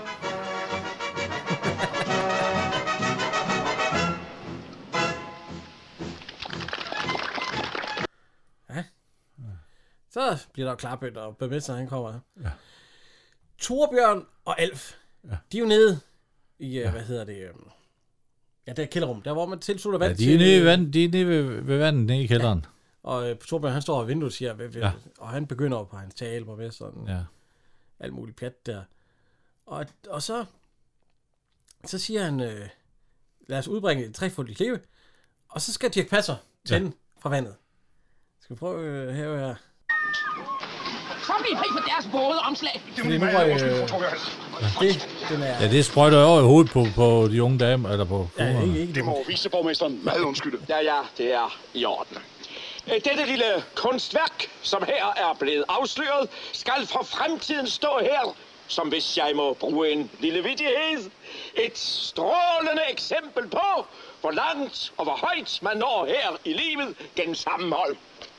Ja. Så bliver der klappet, og borgmesteren han kommer. Ja. Torbjørn og Alf, de er jo nede i, der er kælderrum, der hvor man tilslutter vand til... De er nede ved vandet nede i kælderen. Ja. Og Torbjørn, han står ved vinduet og siger, og han begynder på hans tale, borgmesteren. Ja. Alt muligt pjat der. Og så siger han, lad os udbringe et træfuldt klippe, og så skal Dirch Passer tænde fra vandet. Skal vi prøve her? Så bliver I på deres våde omslag. Fordi nu var det sprøjter over i hovedet på de unge damer, eller på... Ja, ikke det må viceborgmesteren meget undskylde. Ja, det er i orden. Dette lille kunstværk, som her er blevet afsløret, skal for fremtiden stå her, som hvis jeg må bruge en lille vittighed. Et strålende eksempel på, hvor langt og hvor højt man når her i livet gennem sammenhold.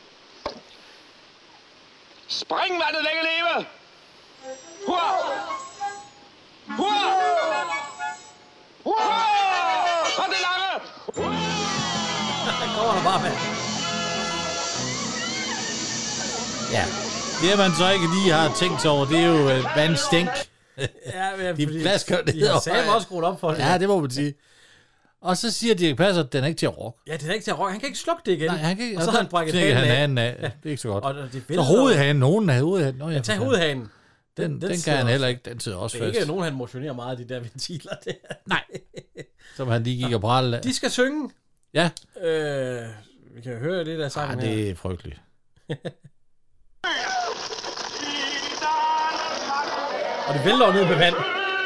Springvandet længe leve! Hurra! Hurra! Hurra! Så det lange! Kommer der bare med. Ja, det man så ikke lige har tænkt sig over, det er jo vandstænk. Ja, de plasker det. De har sammen også skruet op for det. Ja, det må man sige. Og så siger Dirch Passer, at den er ikke til at rokke. Ja, den er ikke til at rokke. Han kan ikke slukke det igen. Nej, han kan ikke. Og så har han brækket hanen af. Det er ikke så godt. Og så hovedhanen, nogen havde hovedhanen. Tag hovedhanen. Den kan han heller ikke. Den sidder også fast. Det er ikke nogen, han motionerer meget af de der ventiler der. Nej. Som han lige gik og brælle af. De skal synge. Ja. Vi kan høre det der sang her. Det er frygteligt. Og det vælter ned med vand.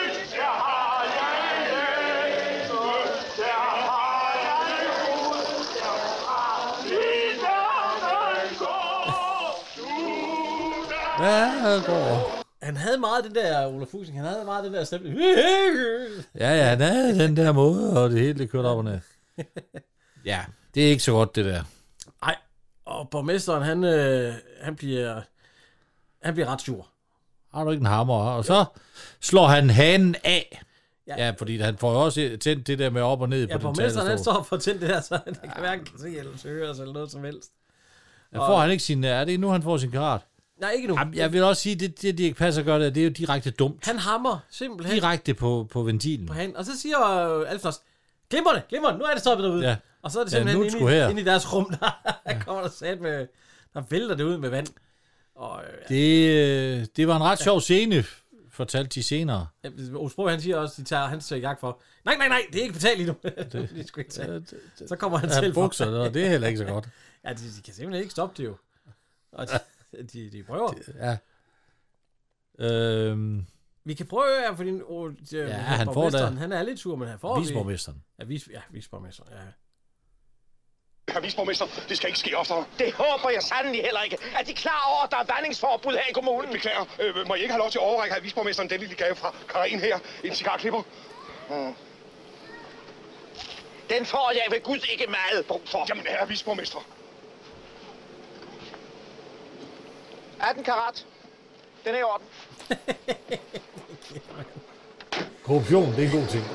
Ja, går. Han havde meget den der, Olaf Fuchsing, han havde meget den der stemme. Ja, han havde den der måde, og det hele det kørte op og ned. Ja, det er ikke så godt, det der. Nej, og borgmesteren, han bliver ret sur. Har du ikke en hammer? Og så slår han hanen af. Ja, fordi han får jo også tændt det der med op og ned på den talerstol. Ja, borgmesteren, han står og får tændt det der, så han kan hverken kan se eller høre eller noget som helst. Ja, får han ikke sin... Er det nu, han får sin karat? Nej, ikke nu. Jamen, jeg vil også sige, det de ikke passer godt, det er jo direkte dumt. Han hammer simpelthen. Direkte på ventilen. På handen. Og så siger Alfons, glimrende, nu er det stoppet derude. Ja. Og så er det simpelthen inde i deres rum, der kommer der sat med, der vælter det ud med vand. Og, det var en ret sjov scene, fortalte de senere. Osbro, han siger også, de tager hans jagt for, nej, det er ikke betalt lige nu. Det skal ikke tage. Så kommer han selv bukser, og det er heller ikke så godt. Ja, de kan simpelthen ikke stoppe det jo. Og de prøver. Ja. Vi kan prøve her, fordi han får det. Han er lidt sur, men han får Viceborgmesteren. Viceborgmesteren, ja. Herr Viceborgmester, det skal ikke ske oftere. Det håber jeg sandelig heller ikke. Er de klar over, at der er vandingsforbud her i kommunen? Beklager. Må jeg ikke have lov til at overrække herr Viceborgmesteren den lille gave fra Karin her? En cigarklipper? Den får jeg ved Gud ikke meget brug for. Jamen, herr Viceborgmester. 18 karat. Den er i orden. Korruption, det er en god ting.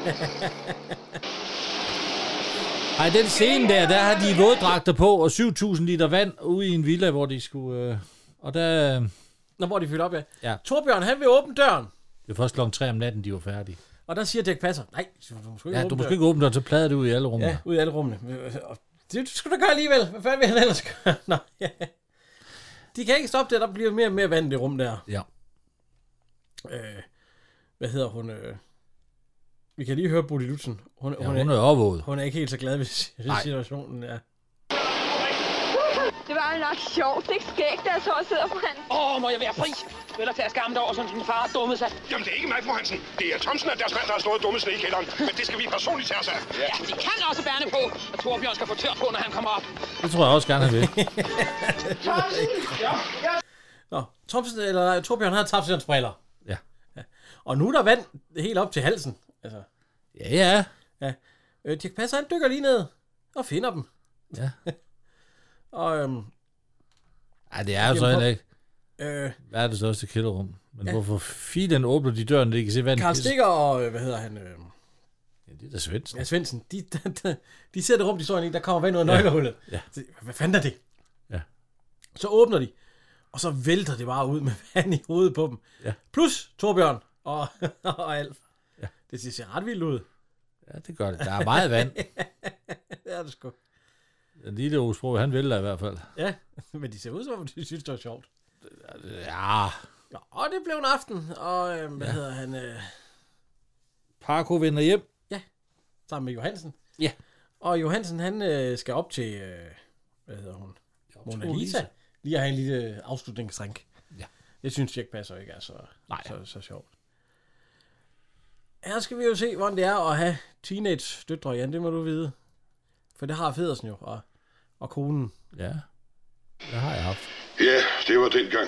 Ej, den scene der har de våddragter på, og 7.000 liter vand ude i en villa, hvor de skulle... og der... hvor de fyldte op, ja. Torbjørn, han vil åbne døren. Det var først klokken 3 om natten, de var færdige. Og der siger Dirch Passer, nej, du må ikke åbne døren, så plader det ud i alle rummene. Ja, ud i alle rummene. Det skulle du gøre alligevel. Hvad fanden vil han ellers gøre? Nå, ja. De kan ikke stoppe det, der bliver mere og mere vand i det rum der. Ja. Hvad hedder hun? Vi kan lige høre Bodil Lutzen. Hun er overvåget. Hun er ikke helt så glad ved situationen, ja. Det var nok sjovt, ikke skægt, der så sidder på han. Må jeg være fri? Eller tage skam over, som din far dummede sig. Jamen, det er ikke mig, fru Hansen. Det er Thomsen af deres mand, der har stået dummet ned i kælderen. Men det skal vi personligt tage os af. Ja, de kan også bærne på, at Torbjørn skal få tør på, når han kommer op. Det tror jeg også gerne, han vil. Thomsen! Ja. Nå, Torbjørn har tabt sine briller. Ja. Og nu er der vand helt op til halsen. Altså. Ja. Dirch Passer, han dykker lige ned og finder dem. Ja. Og ej, det er jo så heller ikke. Hvad er det største kælderrum? Men hvorfor filen åbner de døren, de kan se vand? Karl Stikker og, hvad hedder han? Ja, det er da Svendsen. Ja, Svendsen. De ser det rum, de står i, der kommer vand ud af nøglehullet. Ja. Hvad fanden er det? Ja. Så åbner de, og så vælter det bare ud med vand i hovedet på dem. Ja. Plus Torbjørn og Alf. Ja. Det ser ret vildt ud. Ja, det gør det. Der er meget vand. Det er det sgu. Den lille Osbro, han vælter i hvert fald. Ja, men de ser ud som om, de synes, det var sjovt. Ja. Og det blev en aften, og hvad hedder han? Parko vender hjem. Ja, sammen med Johansen. Ja. Og Johansen, han skal op til, hvad hedder hun? Mona Lisa. Lige at have en lille afslutningsdrink. Ja. Det synes Dirch Passer ikke er så sjovt. Her skal vi jo se, hvordan det er at have teenage-døtre, Jan, det må du vide. For det har Federsen jo, og konen. Ja, det har jeg haft. Ja, det var dengang.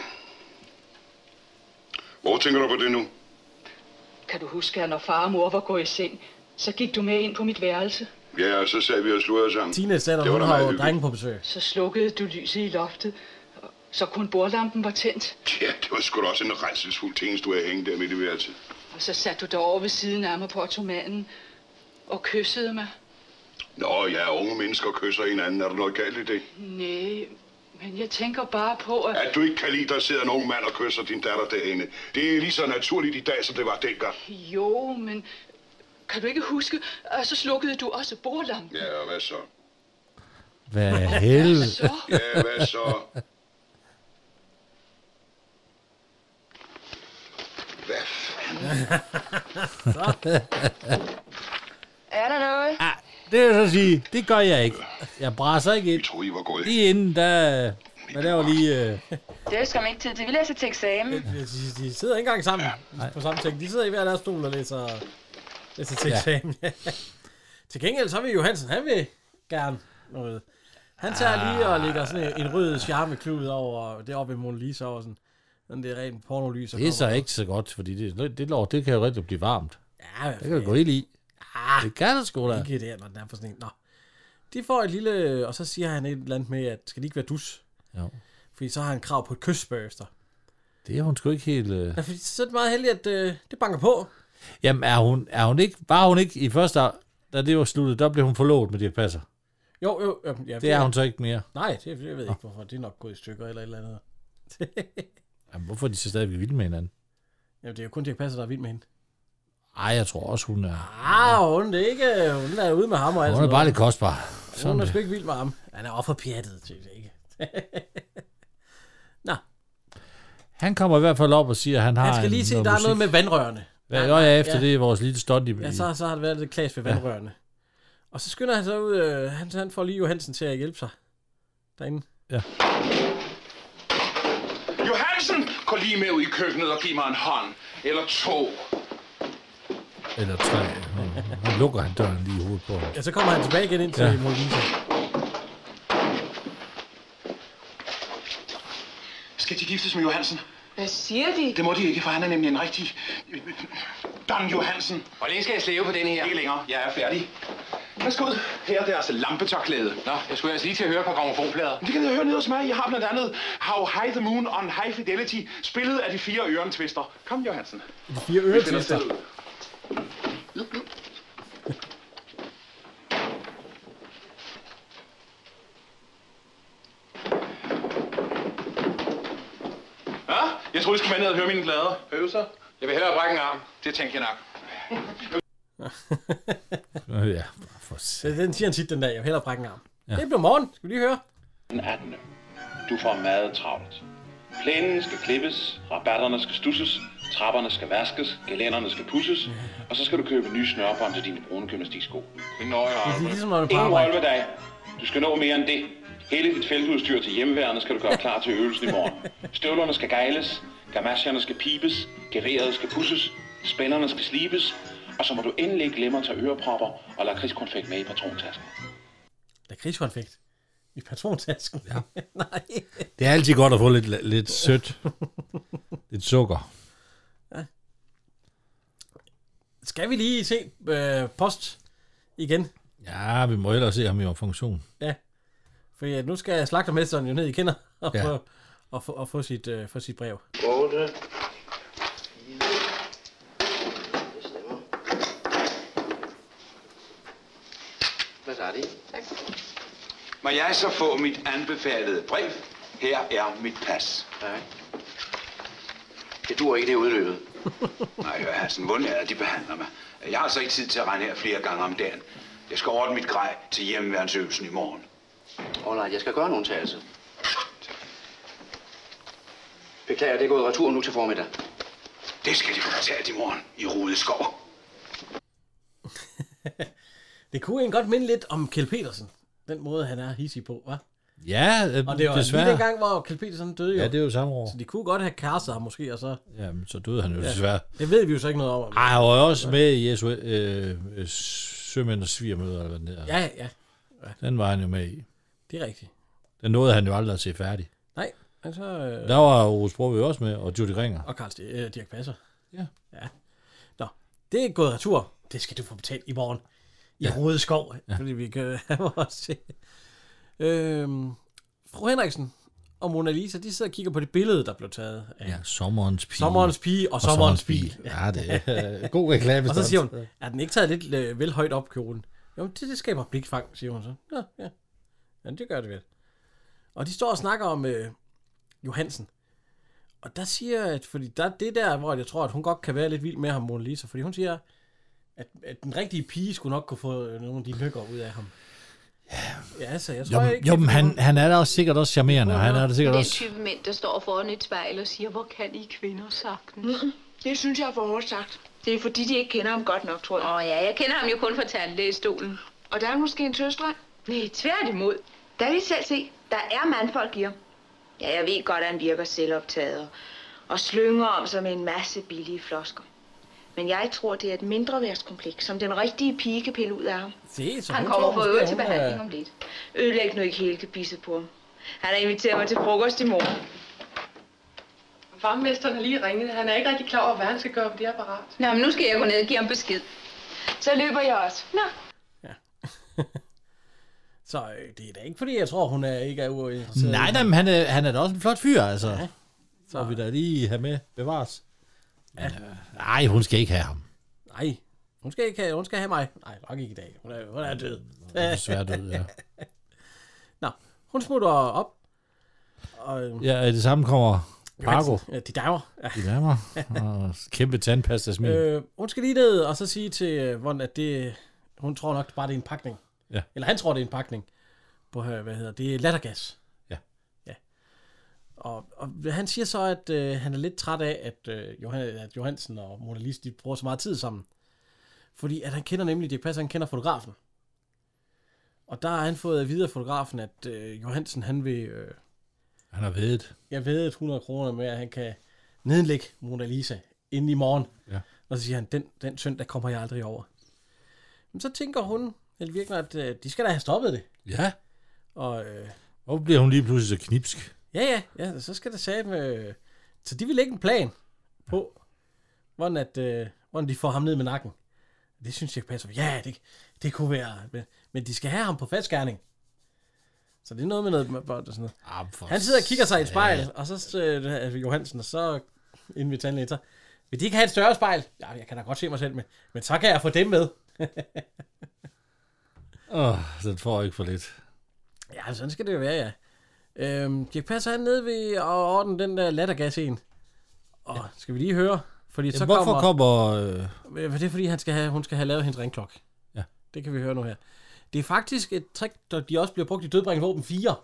Hvor tænker du på det nu? Kan du huske, at når far og mor var gået i seng, så gik du med ind på mit værelse? Ja, så sad vi og slurede sammen. Teenage-datter, hun har jo drengen på besøg. Så slukkede du lyset i loftet, så kun bordlampen var tændt. Ja, det var sgu da også en rædselsfuld ting, du havde hængt der midt i værelset. Og så satte du dig over ved siden af mig på ottomanen og kyssede mig. Nå, ja, unge mennesker kysser hinanden. Er der noget galt i det? Nej, men jeg tænker bare på, at... At du ikke kan lide, der sidder en ung mand og kysser din datter derinde. Det er lige så naturligt i dag, som det var dengang. Jo, men kan du ikke huske, at så slukkede du også bordlampen? Ja, og hvad så? Hvad helvede? Ja, hvad så? Hvad fanden? Er der noget? Det vil jeg så sige, det gør jeg ikke. Jeg brasser ikke ind. Vi troede, I var gået. Lige inden, der var lige... Det er skam ikke tid til. Vi læser til eksamen. De sidder ikke engang sammen på samme ting. De sidder i hver deres stol og læser til eksamen. Ja. Til gengæld så vil Johansen, han vil gerne noget. Han tager lige og lægger sådan en rød charmeklud over det oppe i Mona Lisa og sådan. Det er rent pornolys. Det er så ikke så godt, fordi det kan jo rigtig blive varmt. Ja, det kan du gå helt i. Det kan det sgu da. Ikke det, når den er på sådan en. Nå. De får et lille, og så siger han et eller andet med, at skal de ikke være dus? Jo. Fordi så har han krav på et kys bagefter. Det er hun sgu ikke helt... Ja, fordi så er det meget heldigt, at det banker på. Jamen, var hun ikke i første år, da det var sluttet, der blev hun forlovet med Dirch Passer? Jo. Ja, det er hun så ikke mere. Nej, jeg ved ikke, hvorfor. Det er nok gået i stykker eller et eller andet. Jamen, hvorfor er de så stadig vilde med hinanden? Jamen, det er jo kun Dirch Passer, der er vild med hende. Ej, jeg tror også, hun er... Hun er ikke... Hun er ude med ham og alt. Hun er bare lidt kostbar. Hun er sgu ikke vild med ham. Han er også for pjattet, til det ikke. Nå. Han kommer i hvert fald op og siger, at han har... Han skal lige se, der er noget med vandrørene. Efter det er vores lille stunt i... Ja, så har det været lidt klas ved vandrørene. Og så skynder han så ud... Han får lige Johansen til at hjælpe sig derinde. Ja. Johansen, gå lige med ud i køkkenet og giv mig en hånd. Eller 2. Eller 3. Han lukker han døren lige i hovedet på ham. Ja, så kommer han tilbage igen ind til Mona Lisa. Skal de giftes med Johansen? Hvad siger de? Det må de ikke, for han er nemlig en rigtig... Don Johansen. Hvor længe skal jeg slæve på den her? Ikke længere. Jeg er færdig. Værsgo. Her er deres lampetørklæde. Nå, jeg skulle altså lige til at høre et par grammofonplader. Det kan jeg høre ned hos mig. Jeg har blandt andet How High the Moon on High Fidelity, spillet af de 4 øren-twister. Kom, Johansen. De 4 øren-twister? Jeg troede, I skulle med ned og høre mine plader. Øvelser? Jeg vil hellere brække en arm. Det tænker jeg nok. Ja, den siger han tit den dag. Jeg vil hellere brække en arm. Ja. Det bliver morgen. Skal vi lige høre? Den 18. Du får meget travlt. Plænen skal klippes, rabatterne skal stusses, trapperne skal vaskes, gelænderne skal pusses, og så skal du købe nye snørbånd til dine brune gymnastiksko. Det når jeg aldrig. Ligesom, når ingen rolle med dig. Du skal nå mere end det. Hele dit feltudstyr til hjemmeværende skal du gøre klar til øvelsen i morgen. Støvlerne skal gejles, gamasjerne skal pibes, geværet skal pusses, spænderne skal slibes, og så må du endelig ikke glemme at tage ørepropper og lakridskonfekt med i patrontasken. Lakridskonfekt? I patrontasken? Ja. Nej. Det er altid godt at få lidt sødt. Lidt sukker. Ja. Skal vi lige se post igen? Ja, vi må hellere se ham i funktion. Ja. For nu skal slagtermesteren jo ned i kender og få sit brev. 8. Hvad så er det? Tak. Må jeg så få mit anbefalede brev? Her er mit pas. Nej. Det duer ikke, det udløbet. Nej, hør Hansen, hvordan er det, de behandler mig? Jeg har altså ikke tid til at regne her flere gange om dagen. Jeg skal ordne mit grej til hjemmeværnsøvelsen i morgen. Nej, jeg skal gøre en undtagelse. Beklager, det er gået retur nu til formiddag. Det skal de få betalt i morgen i Rudeskov. Det kunne egentlig godt minde lidt om Kjeld Petersen. Den måde, han er hissig på, hva'? Ja, og det var desværre. lige den gang, hvor Kjeld Petersen døde jo. Ja, det er jo samme år. Så de kunne godt have kastet ham måske, og så... Ja, men så døde han jo desværre. Det ved vi jo så ikke noget om. Ej, han var også med i Sømænd og Svigermøder, eller hvad den der. Ja. Den var han jo med i. Det er rigtigt. Den nåede han jo aldrig at se færdig. Nej, altså... Der var Aarhus Broby også med, og Judy Ringer. Og Dirch Passer. Ja. Nå, det er gået retur. Det skal du få betalt i morgen. I Rudeskov, fordi vi kan have også se. Fru Henriksen og Mona Lisa, de sidder og kigger på det billede, der blev taget af Sommerens pige. Sommerens pige og sommerens bil. Ja, det er god reklame. Og så siger hun, er den ikke taget lidt vel højt op, kjolen? Jo, det skaber blikfang, siger hun så. Ja, det gør det vel. Og de står og snakker om Johansen. Og der siger, at fordi det er der, hvor jeg tror, at hun godt kan være lidt vild med ham, Mona Lisa, fordi hun siger, at den rigtige pige skulle nok kunne få nogle af de lykker ud af ham. Ja, altså, jeg tror ikke... Jo, men han er da også sikkert også charmerende, og han er da sikkert også... Den type mænd, der står foran et spejl og siger, hvor kan I kvinder sagtens? Det synes jeg er for hårdt sagt. Det er fordi, de ikke kender ham godt nok, tror jeg. Ja, jeg kender ham jo kun fra tandlægestolen. Og der er måske en tøstreng? Nej, tværtimod. Der vil I selv se. Der er mandfolk i ham. Ja, jeg ved godt, at han virker selvoptaget og slynger om sig med en masse billige flosker. Men jeg tror, det er et mindreværdskompleks, som den rigtige pige kan pille ud af ham. Han kommer for øvrigt til behandling om lidt. Ødelæg nu ikke hele gebisset på ham. Han har inviteret mig til frokost i morgen. Farmesteren har lige ringet. Han er ikke rigtig klar over, hvad han skal gøre på det apparat. Nå, men nu skal jeg gå ned og give ham besked. Så løber jeg også. Nå. Så det er da ikke fordi, jeg tror, hun ikke er uinteresseret. Nej, men han er da også en flot fyr, altså. Ja. Så vi da lige have med bevares. Ja. Nej, hun skal ikke have ham. Nej, hun skal have mig. Nej, nok ikke i dag. Hun er død. Hun er desværre død, ja. Nå, hun smutter op. Og, ja, det samme kommer Pargo. Ja, de damer. Ja. De damer. Og kæmpe tandpasta smil. Hun skal lige ned og så sige til Von, at hun tror nok bare, det er en pakning. Ja. Eller han tror, det er en pakning på, det er lattergas. Ja. Ja. Og han siger så, at han er lidt træt af, at Johansen og Mona Lisa, de bruger så meget tid sammen. Fordi at han kender nemlig, Dirch Passer, han kender fotografen. Og der har han fået at vide af fotografen, at Johansen, han vil... han har vedet. Jeg ved 100 kroner med, at han kan nedlægge Mona Lisa inden i morgen. Ja. Og så siger han, den søndag kommer jeg aldrig over. Men så tænker hun, helt virkelig, at de skal da have stoppet det. Ja. Og hvor bliver hun lige pludselig så knipsk? Ja, så skal der sige med... Så de vil lægge en plan på, hvordan de får ham ned med nakken. Det synes jeg passer. Ja, det kunne være... Men de skal have ham på fastskærning. Så det er noget med noget... Sådan noget. Han sidder og kigger sig i et spejl, og så Johansen, og så inden vi tager så... Vil de ikke have et større spejl? Ja, jeg kan da godt se mig selv med. Men så kan jeg få dem med. Den får ikke for lidt. Ja, sådan skal det jo være, ja. Dirch Passer han nede ved at ordne den der lattergas en. Og skal vi lige høre? Fordi så hvorfor kommer... Det er fordi, hun skal have lavet hendes ringklokke. Ja. Det kan vi høre nu her. Det er faktisk et trick, der de også bliver brugt i Dødbringende Våben 4.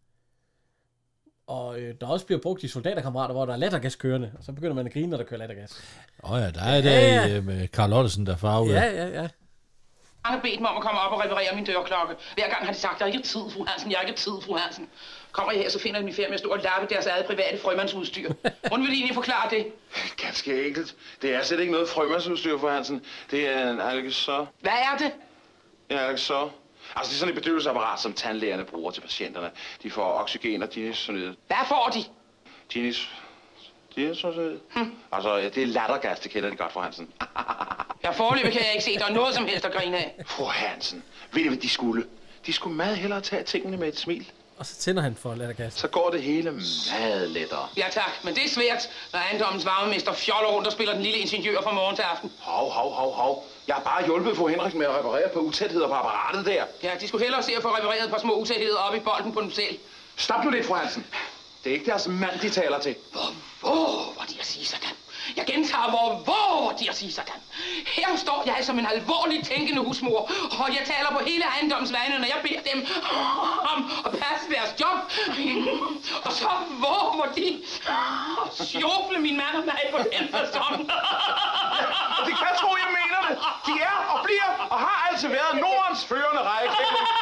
Og der også bliver brugt i Soldaterkammerater, hvor der er lattergas kørende. Og så begynder man at grine, når der kører lattergas. Ja, der er det med Carl Ottesen, der farver. Ja. Han har bedt mig om at komme op og reparere min dørklokke. Hver gang har de sagt, jeg har ikke tid, fru Hansen, jeg har ikke tid, fru Hansen. Kommer I her, så finder de mig færd med at stå og lappe deres eget private frømandsudstyr. Hvordan vil I egentlig forklare det? Ganske enkelt. Det er slet ikke noget frømandsudstyr, fru Hansen. Det er en Algesor. Hvad er det? En Algesor. Altså, det er sådan et bedøvelsesapparat, som tandlægerne bruger til patienterne. De får oxygen og dinisonid. Hvad får de? Dinisonid? Altså, det er lattergas, det kender de godt, fru Hansen. Foreløbig kan jeg ikke se, der er noget som helst at grine af. Fru Hansen, ved I, hvad de skulle? De skulle meget hellere tage tingene med et smil. Og så tænder han for lattergas. Så går det hele meget lettere. Ja tak, men det er svært, når ejendommens varmemester fjoller rundt og spiller den lille ingeniør fra morgen til aften. Hov. Jeg har bare hjulpet fru Henrik med at reparere på utætheder på apparatet der. Ja, de skulle hellere se at få repareret et par små utætheder op i bolden på dem selv. Stop nu det, fru Hansen. Det er ikke deres mand, de taler til. Hvor de at sige sådan. Jeg gentager, hvor de at sige sådan. Her står jeg som en alvorligt tænkende husmor, og jeg taler på hele ejendommens vegne, når jeg beder dem om at passe deres job. Og så hvor de sjofle min mand og mig på den person. Det kan tro, jeg mener det. De er og bliver og har altid været Nordens førende række.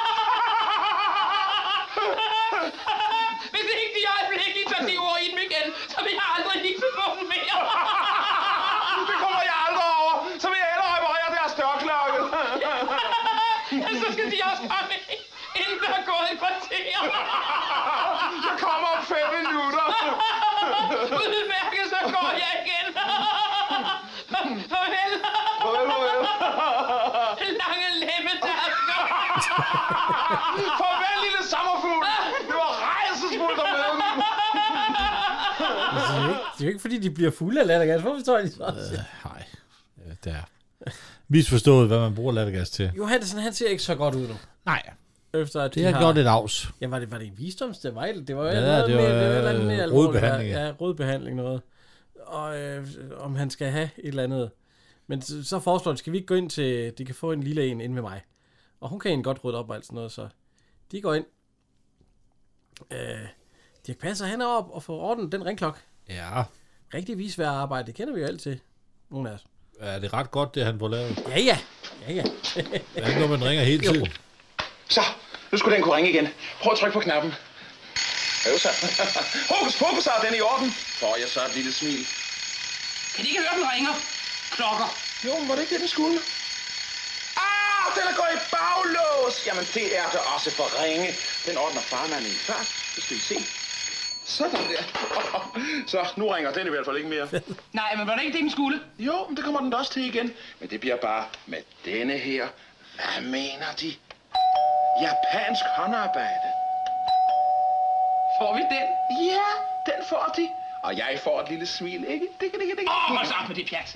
Hvis ikke de øjeblikkeligt tager de ord i dem igen, så vil jeg aldrig hilse på dem mere. Det kommer jeg aldrig over. Så vil jeg hellere reparere deres dørklokke. Ja, så skal de også komme inden der er gået et kvarter. Jeg kommer om 5 minutter. Udmærket, så går jeg igen. Farvel. Lange lemmetasker. Farvel, lille sommerfugl. Det var rejsesfuldt at møde dem. Det er jo ikke, fordi de bliver fulde af lattergas. Hvorfor står de så? Nej, det er misforstået, hvad man bruger lattergas til. Johansen, han ser ikke så godt ud nu. Nej. Efter at det har gjort et afs. Ja, var det en visdoms? Det var jo det var mere rodbehandling. Ja, rodbehandling noget. Og om han skal have et eller andet. Men så foreslår de, skal vi ikke gå ind til, de kan få en lille en inde ved mig. Og hun kan egentlig godt rydde op og alt sådan noget, så de går ind. Dirch Passer, han er op og får ordnet den ringklokke. Ja. Rigtig visvær arbejde, det kender vi jo altid. Nogle af os. Ja, det er ret godt, det han får lavet. Ja. Ja. Det er ikke noget, man ringer hele tiden. Så, nu skulle den kunne ringe igen. Prøv at trykke på knappen. Øv så. Hokus pokus, er den i orden? Får jeg så et lille smil. Kan de ikke høre, den ringer? Klokker. Jo, men var det ikke det, den skulle? Den er gået i baglås. Jamen, det er da også for ringe. Den ordner farmanden i fart. Det skal vi se. Sådan der. Så, nu ringer den i hvert fald ikke mere. Nej, men var det ikke det, den skulle? Jo, men det kommer den da også til igen. Men det bliver bare med denne her. Hvad mener de? Japansk håndarbejde. Får vi den? Ja, den får de. Og jeg får et lille smil, ikke? Det. Hold så op med det pjat.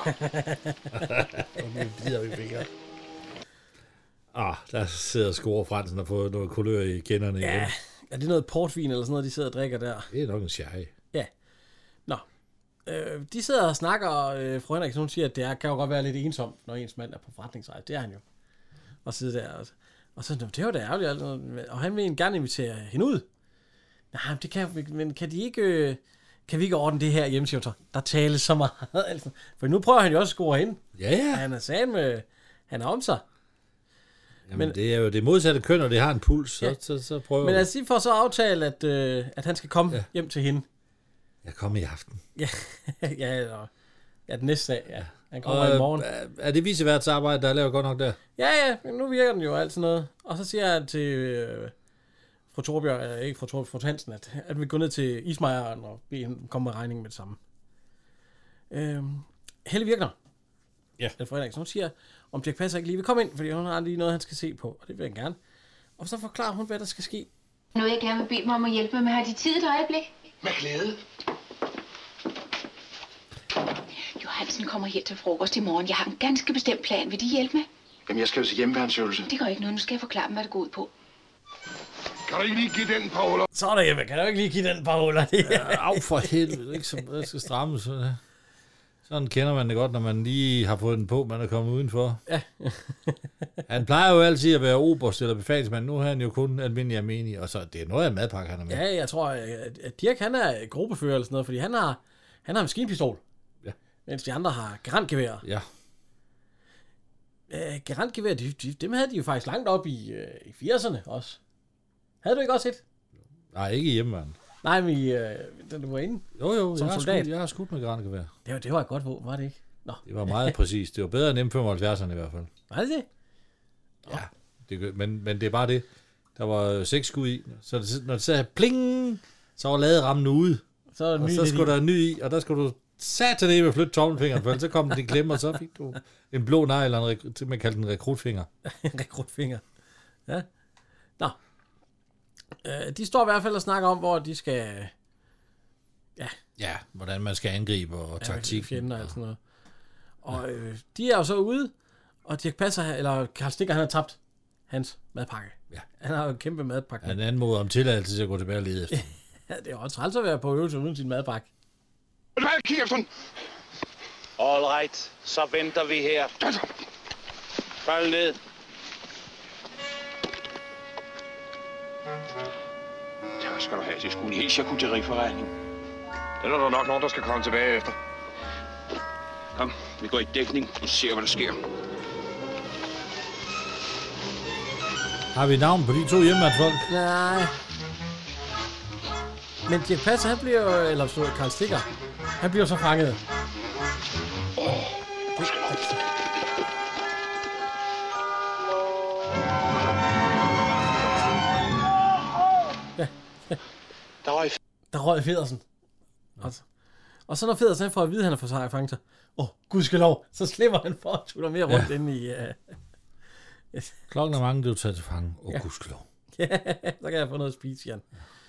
Nu bider vi fingre. Der sidder Skåre Fransen og får noget kulør i kinderne igen. Ja, er det noget portvin eller sådan noget, de sidder og drikker der? Det er nok en chai. Ja. Nå. De sidder og snakker, og fru Henriksen, hun siger, at det kan jo godt være lidt ensomt, når ens mand er på forretningsrejse. Det er han jo. Og sidder der og så, det var da ærgerligt. Altså, og han vil gerne invitere hende ud. Nej, det kan, men kan de ikke... Kan vi ikke ordne det her hjemme, siger hun så? Der tales så meget. Altså. For nu prøver han jo også at score hende. Ja. Han er sagen med... Han er om sig. Jamen, det er jo det modsatte køn, og det har en puls, så prøver men altså, de får så aftalt, at han skal komme hjem til hende. Jeg kommer i aften. Ja, den næste dag, ja. Han kommer i morgen. Er det viceværtsarbejde, der laver godt nok der? Ja, nu virker den jo altid noget. Og så siger jeg til fru Torbjørn, ikke fru Torbjørn, fru Hansen, at vi går ned til ismejeren og beder hende komme med regningen med det samme. Helle Virkner. Ja. Hun siger, om Dirch Passer ikke lige vil komme ind, fordi hun har lige noget, han skal se på, og det vil han gerne. Og så forklarer hun, hvad der skal ske. Noget, jeg gerne vil bede mig om at hjælpe med. Har de tid et øjeblik? Med glæde. Johansen kommer her til frokost i morgen. Jeg har en ganske bestemt plan. Vil de hjælpe med? Jamen, jeg skal jo til hjemmeværnsøvelse. Det går ikke noget. Nu skal jeg forklare dem, hvad det går ud på. Kan du ikke lige give den et par huller? Så er der hjemme. Kan du ikke lige give den et par huller? Af for helvede. Ikke så det skal stramme. Sådan kender man det godt, når man lige har fået den på, man er kommet udenfor. Ja. Han plejer jo altid at være oberst eller befalingsmand. Nu er han jo kun almindelig armeni, og så det er noget af en madpakke, han er med. Ja, jeg tror, at Dirch, han er gruppefører eller sådan noget, fordi han har en maskinpistol. Ja. Mens de andre har garantgevær. Ja. Garantgevær, dem havde de jo faktisk langt op i 80'erne også. Havde du ikke også et? Nej, ikke i hjemmeværnet. Nej, men da du var inde jo, som soldat. Jeg har skudt med garantgevær. Det var et godt våben, var det ikke? Nå. Det var meget præcist. Det var bedre end M75'erne i hvert fald. Var det det? Ja, men det er bare det. Der var 6 skud i, så når det sagde pling, så var laderammen ude. Og så skulle der en ny i, og der skulle du satan med at flytte tommelfingeren, for så kom den i klemme, og så fik du en blå negl, eller man kaldte den rekrutfinger. Rekrutfinger. Ja. Nå. De står i hvert fald og snakker om, hvor de skal... Ja, hvordan man skal angribe og taktik. Fjender og sådan noget. Og de er jo så ude, og Dirch Passer, eller Karl Stikker, han har tabt hans madpakke. Ja. Han har jo en kæmpe madpakke. Han anmoder om tilladelse til at gå tilbage og lede efter. Ja, det er også træls at være på øvelse uden sin madpakke. Kig efter den. All right, så venter vi her. Fald ned. Tak skal du have. Det skulle en helt charcuterieforretning. Den er der nok nogen, der skal komme tilbage efter. Kom, vi går i dækning og ser, hvad der sker. Har vi navn på de 2 hjemmeværnsfolk? Nej. Men Dirch Passer, han bliver jo, eller så Karl Stikker, han bliver så fanget. Ja. Der røg Federsen. Og så når Federsen får at vide, at han er for fanget sig, gudskelov, så slipper han for at tulle mere rundt inde i... Klokken er mange, det er taget til fange. Gudskelov. Ja, så kan jeg få noget at spise igen.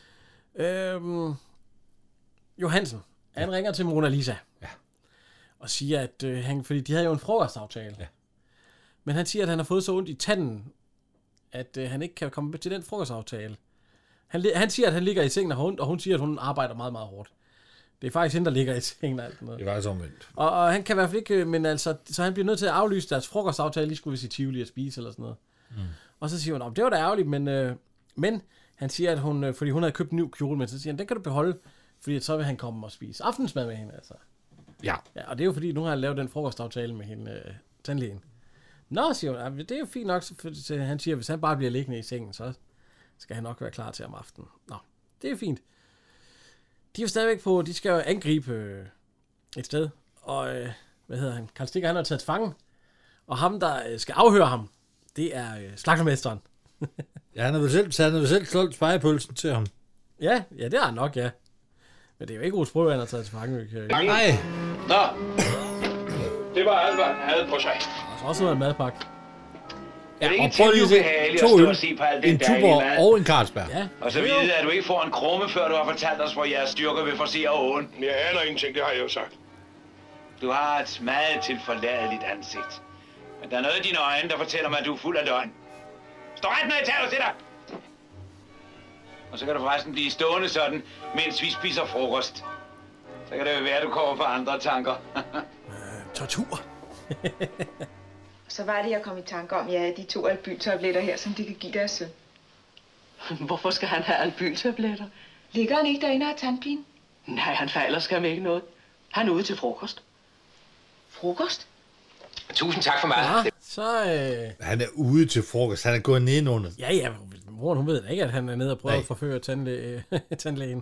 Johansen, han ringer til Mona Lisa. Ja. Og siger, at fordi de havde jo en frokostaftale. Ja. Men han siger, at han har fået så ondt i tanden, at han ikke kan komme til den frokostaftale. Han siger, at han ligger i sengen og har ondt, og hun siger, at hun arbejder meget, meget hårdt. Det er faktisk hende, der ligger i sengen og alt noget. Det var altså omvendt. Og han kan i hvert fald ikke, men altså, så han bliver nødt til at aflyse deres frokostaftale, lige skulle vi sige Tivoli at spise eller sådan noget. Og så siger hun, det var da ærgerligt, men han siger, at hun, fordi hun havde købt en ny kjole, men så siger han, den kan du beholde, fordi så vil han komme og spise aftensmad med hende, altså. Ja. Ja, og det er jo fordi, nu har han lavet den frokostaftale med hende, tandlægen. Nå, siger hun, ja, det er jo fint nok, så han siger, hvis han bare bliver liggende i sengen, så skal han nok være klar til om aftenen. Nå, det er jo fint. De er jo stadigvæk på, de skal jo angribe et sted, og hvad hedder han? Karl Stikker, han har taget til fange, og ham, der skal afhøre ham, det er slagtermesteren. Ja, han har vel selv solgt spejepølsen til ham. Ja, det har han nok, ja. Men det er jo ikke Rus Brød, han har taget til fange. Nej. Nå, det var alt, hvad han havde på sig. Og så også noget af madpakke. Ja, og prøv lige at se 2 øl, en Tuborg og en Carlsberg. Ja. Og så vide, at du ikke får en krumme, før du har fortalt os, hvor jeres styrker vil forsere åen. Jeg aner ingenting, det har jeg jo sagt. Du har et meget tilforladeligt ansigt. Men der er noget i dine øjne, der fortæller mig, at du er fuld af løgn. Stå ret, når jeg taler til dig! Og så kan du forresten blive stående sådan, mens vi spiser frokost. Så kan det jo være, at du kommer på andre tanker. Tortur. Så var det, jeg kom i tanke om, ja, de 2 albyltabletter her, som de kan give deres søn. Hvorfor skal han have albyltabletter? Ligger han ikke derinde og har tandpine? Nej, han fejler skam ikke noget. Han er ude til frokost. Frokost? Tusind tak for mig. Ja, så... Han er ude til frokost. Han er gået ned under. Ja, moren, hun ved da ikke, at han er nede og prøver at forføre tandlægen.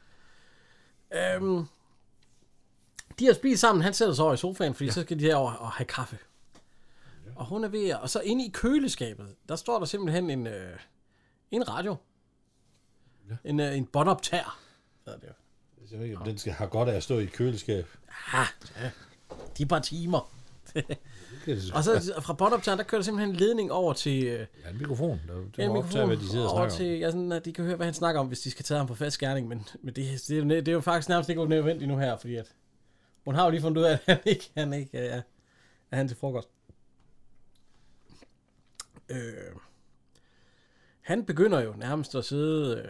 De har spist sammen. Han sætter sig over i sofaen, fordi så skal de herover og have kaffe. Og hun er ved og så inde i køleskabet, der står der simpelthen en radio. En båndoptager. Jeg ved ikke, om den skal have godt af at stå i et køleskab. Ja, de par timer. Og så fra båndoptageren, der kører der simpelthen en ledning over til... Ja, en mikrofon. Det er optager, hvad de sidder og snakker til, ja, sådan, at de kan høre, hvad han snakker om, hvis de skal tage ham på fast gerning. Men det er jo faktisk nærmest ikke nødvendigt nu her, fordi at hun har jo lige fundet ud af, at han ikke er han til frokost. Han begynder jo nærmest at sidde...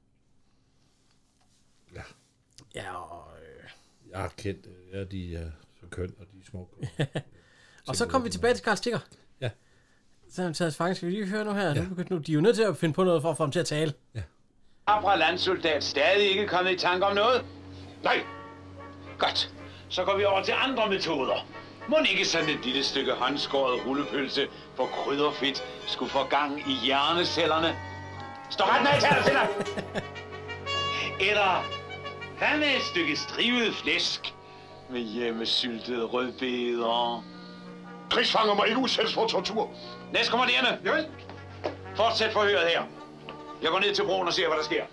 Ja, og... Jeg har kendt, de er så køn, og de er små. Og så kommer vi tilbage til Karl Stikker. Ja. Så har han taget fange. Skal vi lige høre nu her? Ja. Nu, de er jo nødt til at finde på noget for at få ham til at tale. Ja. Abra landsoldat stadig ikke kommet i tanke om noget? Nej. Godt. Så går vi over til andre metoder. Må ikke sådan et lille stykke håndskåret rullepølse for krydderfedt skulle få gang i hjernecellerne? Stå ret, når jeg taler til dig! Eller hvad med et stykke strivet flæsk med hjemmesyltede rødbeder? Krigsfanger må ikke udsættes for tortur. Næstkommanderende! Jo. Fortsæt forhøret her. Jeg går ned til broen og ser, hvad der sker.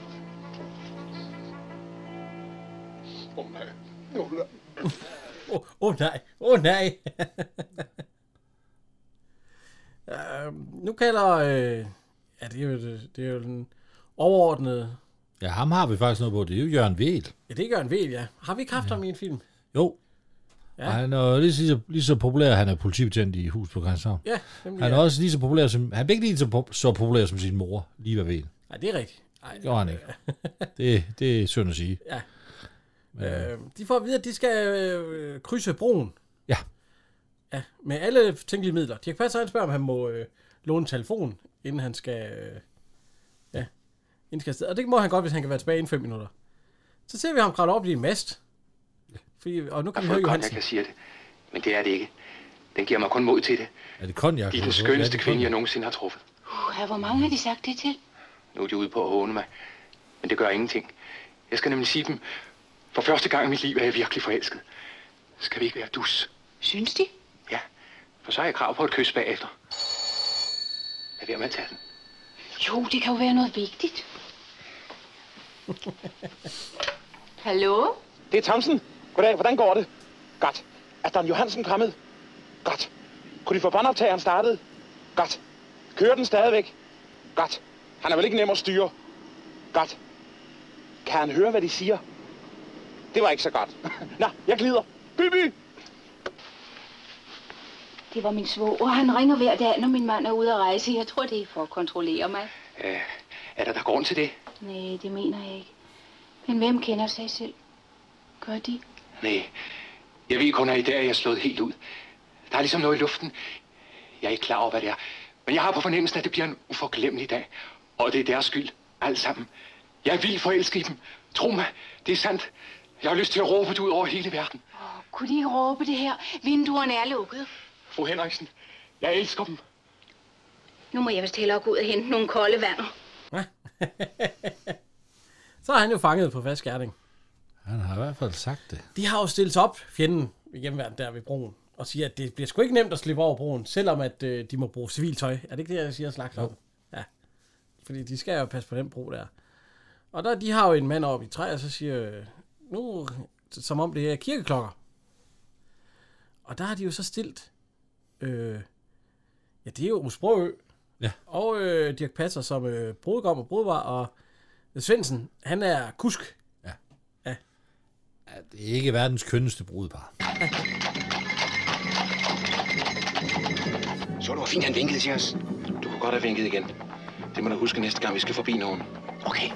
Nej. Nej. Nu kalder... det er jo den overordnede... Ja, ham har vi faktisk noget på. Det er jo Jørgen Vehl. Ja, det er Jørgen Vehl, ja. Har vi ikke haft ham i en film? Jo. Ja. Og han er lige så populær, han er politibetjent i Hus på Christianshavn. Ja, han er også lige så populær som... Han er ikke lige så populær som sin mor, lige ved Vehl. Nej, det er rigtigt. Det gør han ikke. Det er synd at sige. Ja. De får at vide, at de skal krydse broen. Ja. Ja, med alle tænkelige midler. Dirch Passer, han spørger, om han må låne telefon, inden han skal... Og det må han godt, hvis han kan være tilbage inden 5 minutter. Så ser vi ham kravle op i en mast. Og nu kan vi høre Johansen. Jeg kan sige det, men det er det ikke. Den giver mig kun mod til det. Er det konjak? De er den skønneste kvinde, jeg nogensinde har truffet. Hvor mange har de sagt det til? Nu er de ude på at håne mig, men det gør ingenting. Jeg skal nemlig sige dem, for første gang i mit liv er jeg virkelig forelsket. Skal vi ikke være dus? Synes de? Ja, for så har jeg krav på et kys bagefter. Lad være med at tage den. Jo, det kan jo være noget vigtigt. Hallo? Det er Thomsen. Goddag, hvordan går det? Godt. Er Dan Johansen kommet? Godt. Kunne de få båndoptageren startet? Godt. Kører den stadigvæk? Godt. Han er vel ikke nem at styre? Godt. Kan han høre, hvad de siger? Det var ikke så godt. Nå, jeg glider. By. Det var min svoger. Han ringer hver dag, når min mand er ude at rejse. Jeg tror, det er for at kontrollere mig. Er der grund til det? Nej, det mener jeg ikke. Men hvem kender sig selv? Gør de? Nej. Jeg ved kun, at i dag er jeg slået helt ud. Der er ligesom noget i luften. Jeg er ikke klar over, hvad det er. Men jeg har på fornemmelsen, at det bliver en uforglemmelig dag. Og det er deres skyld. Alt sammen. Jeg er vildt forelsket i dem. Tro mig, det er sandt. Jeg har lyst til at råbe det ud over hele verden. Kunne de ikke råbe det her? Vinduerne er lukket. Fru Henriksen, Jeg elsker dem. Nu må jeg vist hellere gå ud og hente nogle kolde vander. Så er han jo fanget på fast gerning. Han har i hvert fald sagt det. De har jo stillet sig op, fjenden i hjemmeværnet der ved broen, og siger, at det bliver sgu ikke nemt at slippe over broen, selvom at de må bruge civiltøj. Er det ikke det, jeg siger slags om? Ja. Fordi de skal jo passe på den bro der. Og der, de har jo en mand oppe i træ, og så siger nu, som om det er kirkeklokker. Og der har de jo så stillet, ja, det er jo Sprogø. Ja. Og Dirch Passer som brudgom og brudvar, og Svendsen, han er kusk. Ja. Ja. Ja, det er ikke verdens kønneste brudepar. Så du, hvor fint han vinkede til os. Du kunne godt have vinket igen. Det må du huske næste gang, vi skal forbi nogen. Okay.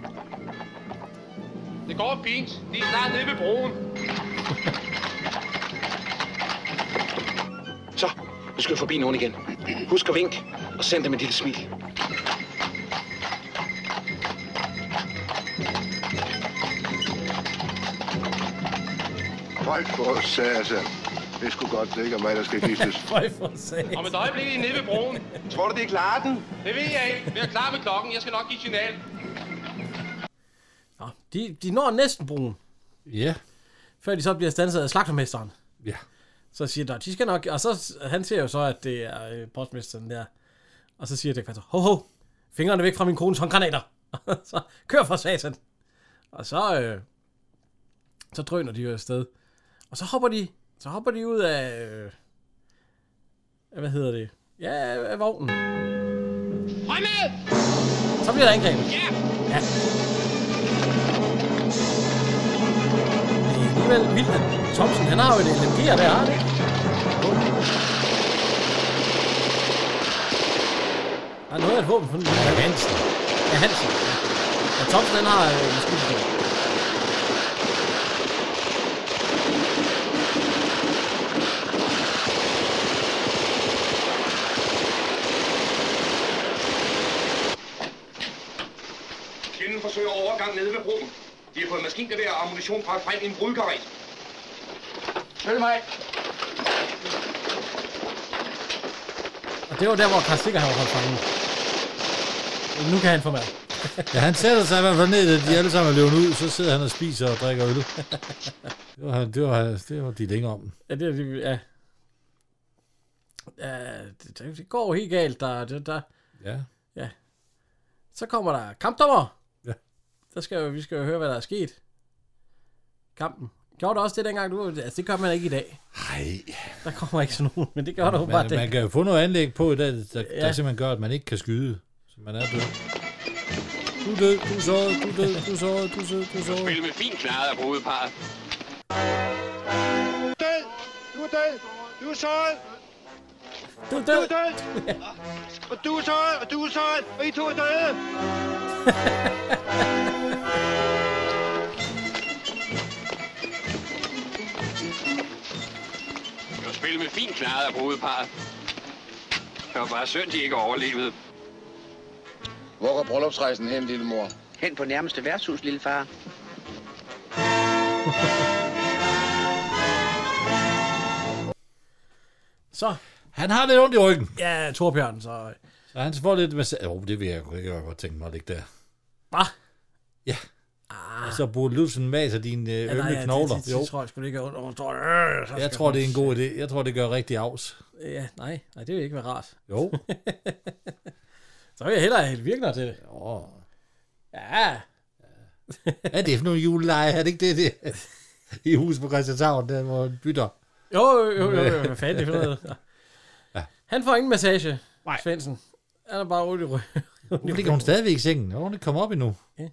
Det går fint. De er snart nede ved broen. Så, nu skal vi forbi nogen igen. Husk at vink, og send dem et lille smil. Føj for satan. Det skulle godt, det ikke er mig, der skal giftes. Føj for satan. Om et øjeblik er I nede ved broen. Tror du, de klarer den? Det ved jeg ikke. Vi er klar med klokken. Jeg skal nok give signal. Nå, de når næsten broen. Ja. Før de så bliver standset af slagtermesteren. Ja. Så siger der, de skal nok... Og så, han ser jo så, at det er postmesteren der. Og så siger Dirch Passer, ho, fingrene væk fra min kones håndgranater. Så kør for satan. Og så... så drøner de jo afsted. Og så hopper de ud af... hvad hedder det? Ja, af vognen. Fremad! Så bliver der angrebet. Ja! Ja. Det er alligevel vildt, at Thomsen, han har jo et LMG'er der, har det ikke? Der er noget af et våben for den. Ja, Hansen. Ja, Hansen. Ja, Thomsen, han har en skibsvåben. Fjenden forsøger overgang nede ved broen. De har fået maskingevær og ammunition bragt frem i en brudkaret. Følg mig. Og det var der, hvor Karl Stikker har holdt fanget. Nu kan han få mad. Ja, han sætter sig i hvert fald ned, at de alle sammen er løbet ud, så sidder han og spiser og drikker øl. Det var de længere om. Ja, ja. Det går helt galt. Ja. Ja. Så kommer der kampdommer. Ja. Vi skal jo høre, hvad der er sket. Kampen. Gjorde du også det dengang? Altså, det gør man ikke i dag. Nej. Der kommer ikke sådan nogen, men det gør du bare det. Man kan jo få noget anlæg på i dag, der simpelthen gør, at man ikke kan skyde. Så man er død. Du er død, du er såret, du er død, du er såret, du er såret, du er såret. Spil med fint klaret af brudeparret. Død! Du er død! Du er såret! Du er død! Du er død! Og du er såret! Og du er såret! Og I to er døde! Det var spil med fint klaret af brudeparret. Det var bare synd, de ikke overlevede. Hvor går bryllupsrejsen hen, lille mor? Hen på nærmeste værtshus, lille far. Så. Han har lidt ondt i ryggen. Ja, Torbjørn, så han får lidt med... det vil jeg godt tænke mig at ligge der. Hvad? Ja. Så burde Lutzen maser dine ømme knogler. Det tror jeg sgu ikke er ondt. Jeg tror, det er en god idé. Jeg tror, det gør rigtig afs. Ja, nej, det vil ikke være rart. Jo. Så vil jeg hellere have Virkner til det. Ja. Er det for nogle juleleje? Er det ikke det? I huset på Christianshavn, der hvor han bytter. Jo. Hvad fanden det for noget? Ja. Han får ingen massage, Svendsen. Han er bare ude i ryggen. Nu ligger hun stadigvæk i sengen. Hun er ikke kommet op endnu. Ja.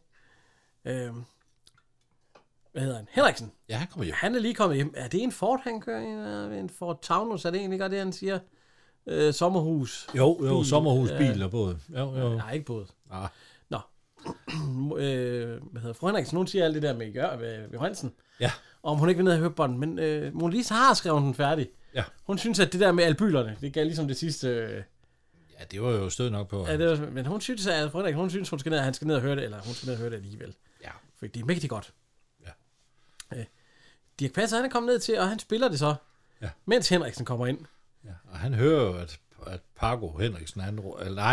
Hvad hedder han? Henriksen. Ja, han kommer hjem. Han er lige kommet hjem. Er det en Ford, han kører i? En Ford Taunus? Er det egentlig godt det, han siger? Sommerhus. Jo, sommerhusbil og båd. Jo. Nej, ikke båd. Ah. Nå. Hvad hedder fru Henriksen? Hun siger alt det der med ved Hansen. Ja. Om hun ikke vil ned og høre på den. Men Mona Lisa har skrevet den færdig. Ja. Hun synes, at det der med albylerne, det gav ligesom det sidste... Ja, det var jo stød nok på. Ja, men hun synes, at hun synes, han skal ned og høre det, eller hun skal ned og høre det alligevel. Ja. For det er mægtigt godt. Ja. Dirch Passer, han er kommet ned til, og han spiller det så, mens Henriksen kommer ind. Ja, og han hører jo, at Paco Henriksen, han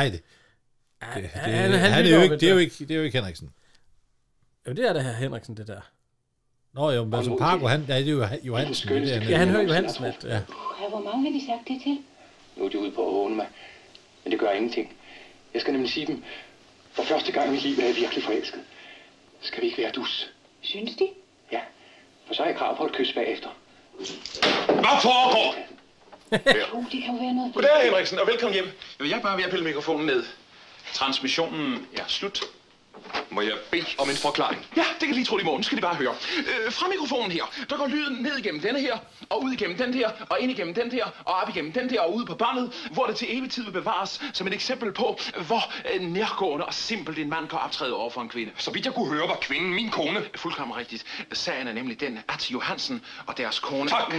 er jo ikke Henriksen. Jo, det er det her Henriksen, det der. Nå jo, men altså Paco, det er jo Johansen. Han hører Johansen, at... Ja, hvor mange har de sagt det til? Nu er de ude på at håne mig, men det gør ingenting. Jeg skal nemlig sige dem, for første gang i mit liv er jeg virkelig forelsket. Skal vi ikke være dus? Synes de? Ja, for så har jeg krav på et kys bagefter. Hvad foregår? Det kan jo være noget... Goddag, Henriksen, og velkommen hjem. Jeg er bare ved at pille mikrofonen ned. Transmissionen er slut. Må jeg bede om en forklaring? Ja, det kan lige tro i morgen. Skal de bare høre. Fra mikrofonen her, der går lyden ned igennem denne her, og ud igennem den her, og ind igennem den her, og op igennem den der, og ud på båndet, hvor det til evig tid vil bevares som et eksempel på, hvor nærgående og simpelt en mand kan optræde over for en kvinde. Så vidt jeg kunne høre, var kvinden min kone. Fuldkommen rigtigt. Sagen er nemlig den, at Johansen og deres kone... Tak.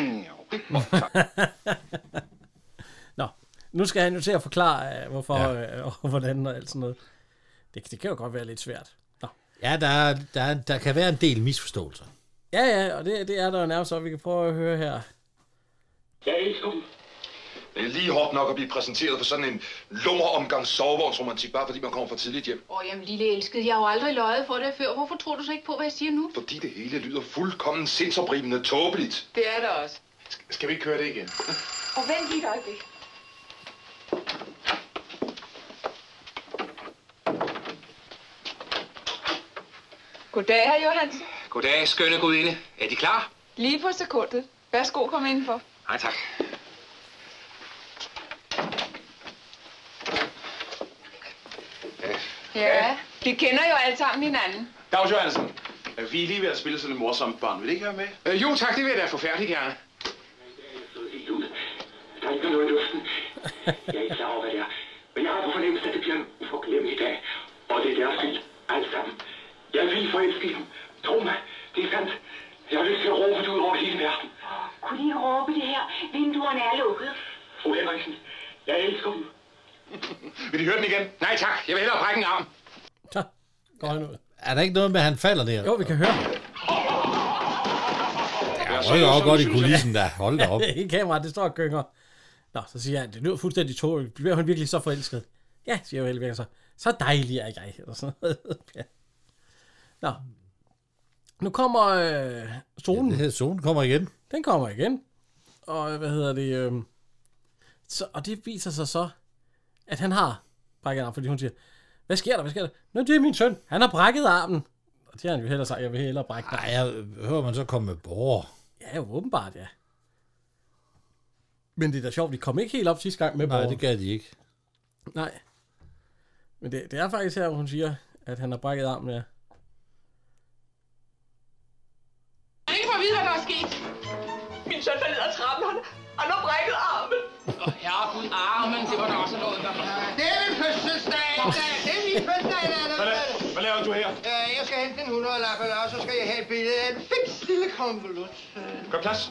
Nå, nu skal han jo til at forklare, hvorfor og hvordan og alt sådan noget. Det kan jo godt være lidt svært. Nå. Ja, der kan være en del misforståelser. Ja, og det er der jo nærmest, så vi kan prøve at høre her. Jeg elsker dem. Det er lige hårdt nok at blive præsenteret for sådan en lummeromgang sovevognsromantik, bare fordi man kommer for tidligt hjem. Jamen, lille elskede, jeg har jo aldrig løjet for det før. Hvorfor tror du så ikke på, hvad jeg siger nu? Fordi det hele lyder fuldkommen sindsoprivende tåbeligt. Det er der også. Skal vi ikke køre det igen? Og vent lige et øjeblik. Goddag, herr Johansen. Goddag, skønne gudinde. Er de klar? Lige på sekundet. Værsgo, kom indenfor. Nej, tak. Ja, vi kender jo alle sammen hinanden. Dags Johansen, vi er lige ved at spille sådan en morsomt bånd. Vil I ikke høre med? Jo, tak, det vil jeg da forfærdeligt gerne. Der er ikke noget i luften. Jeg er ikke klar over, hvad det er. Men jeg har på fornemmelse, at det bliver en uforglemmelig dag. Og det er deres skyld, alt sammen. Jeg er vildt forelsket i dem. Tro mig, det er sandt. Jeg har lyst til at råbe det ud over hele verden. Kunne de ikke råbe det her? Vinduerne er lukket. Fru Henriksen, jeg elsker dem. Vil de høre den igen? Nej tak, jeg vil hellere brække en arm. Så går han ud. Er der ikke noget med, at han falder der? Jo, vi kan høre. Ja, rykker også godt i kulissen der. Hold da op. I kameraet, det står og gynger. Nå, så siger han, det lyder fuldstændig tårligt. Bliver hun virkelig så forelsket? Ja, siger Helvig så. Så dejlig er jeg. Eller sådan noget. Ja. Nå. Nu kommer zonen. Ja, zonen kommer igen. Den kommer igen. Og hvad hedder det? Så, og det viser sig så, at han har brækket armen, fordi hun siger, hvad sker der? Nå, det er min søn. Han har brækket armen. Og det har han jo hellere sagt, jeg vil hellere brække armen. Nej, jeg hører man så komme med borger. Ja, jo, åbenbart, ja. Men det er da sjovt, de kom ikke helt op sidste gang med borger. Nej, det gav de ikke. Nej. Men det er faktisk her, hvor hun siger, at han har brækket armen, ja. Jeg ikke får at vide, hvad der er sket. Min søn faldt ned ad trappen, han har brækket armen. Herregud, armen, det var da også noget, der... Det er min fødselsdag. Det er min fødselsdag, Hvad laver du her? Jeg skal hente en 100-lappe, og så skal jeg have et billede af en fiks lille konvolut. Gør plads.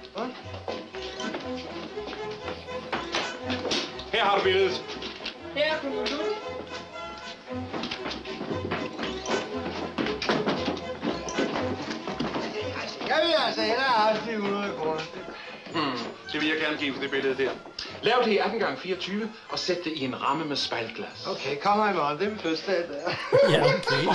Her har du billedet. Her er konvolut. Jeg vil altså hellere have haft 100 kroner. Det vil jeg gerne give for det billede der. Lav det i 18x24 og sæt det i en ramme med spejlglas. Okay, kom her i morgen. Det er min fødselsdag der. Ja, okay.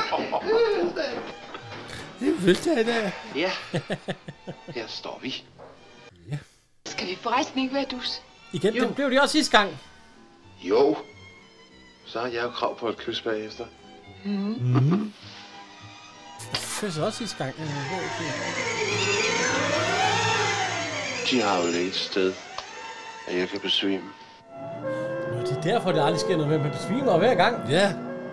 Det er fødselsdag der. Ja, her står vi. Ja. Skal vi forresten ikke være dus? Igen, det blev det også sidste gang. Jo. Så har jeg jo krav på et kys bagefter. Mm. Det var også sidste gang. De har jo et sted, at jeg kan besvime. Nå, det er derfor, det aldrig sker noget med, at man besvimer hver gang. Ja.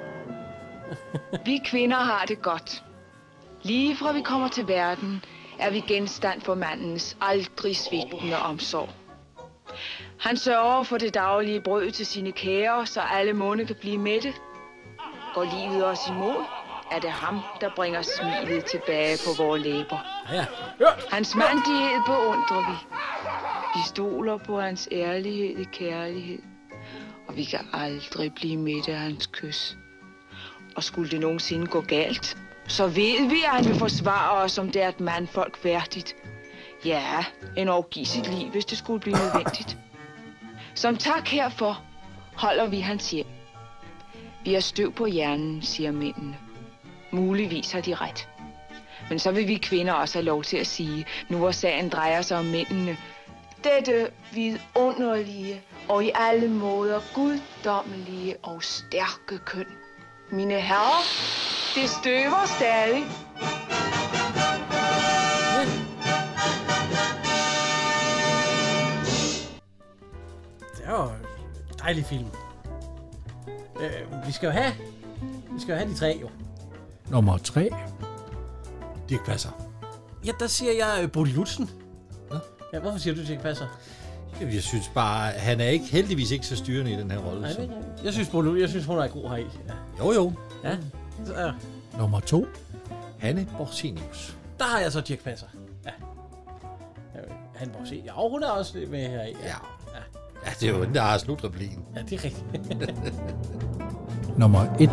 Vi kvinder har det godt. Lige fra vi kommer til verden, er vi genstand for mandens aldrig svigtende omsorg. Han sørger for det daglige brød til sine kære, så alle munde kan blive mætte. Går livet os imod, er det ham, der bringer smilet tilbage på vores læber. Ja. Hans mandighed beundrer vi. Vi stoler på hans ærlighed i kærlighed, og vi kan aldrig blive mætte af hans kys. Og skulle det nogensinde gå galt, så ved vi, at han vil forsvare os, som det er et mandfolk værdigt. Ja, endog give sit liv, hvis det skulle blive nødvendigt. Som tak herfor holder vi hans hjem. Vi har støv på hjernen, siger mændene. Muligvis har de ret. Men så vil vi kvinder også have lov til at sige, nu hvor sagen drejer sig om mændene, dette vidunderlige og i alle måder guddommelige og stærke køn. Mine herrer, det støver stadig. Det var en dejlig film. Vi skal jo have de 3, jo. Nummer 3. Dirch Passer. Ja, der siger jeg Bodil Lutzen. Ja, hvorfor siger du, Dirch Passer? Jeg synes bare, han er heldigvis ikke så styrende i den her rolle. Nej, jeg synes, hun er god heri. Ja. Jo. Ja. Så, Nummer 2. Hanne Borgsenius. Der har jeg så Dirch Passer. Ja. Han må se. Ja, hun er også med her i. Ja, det er jo den, der har slutreplikken. Ja, det er rigtigt. Nummer 1.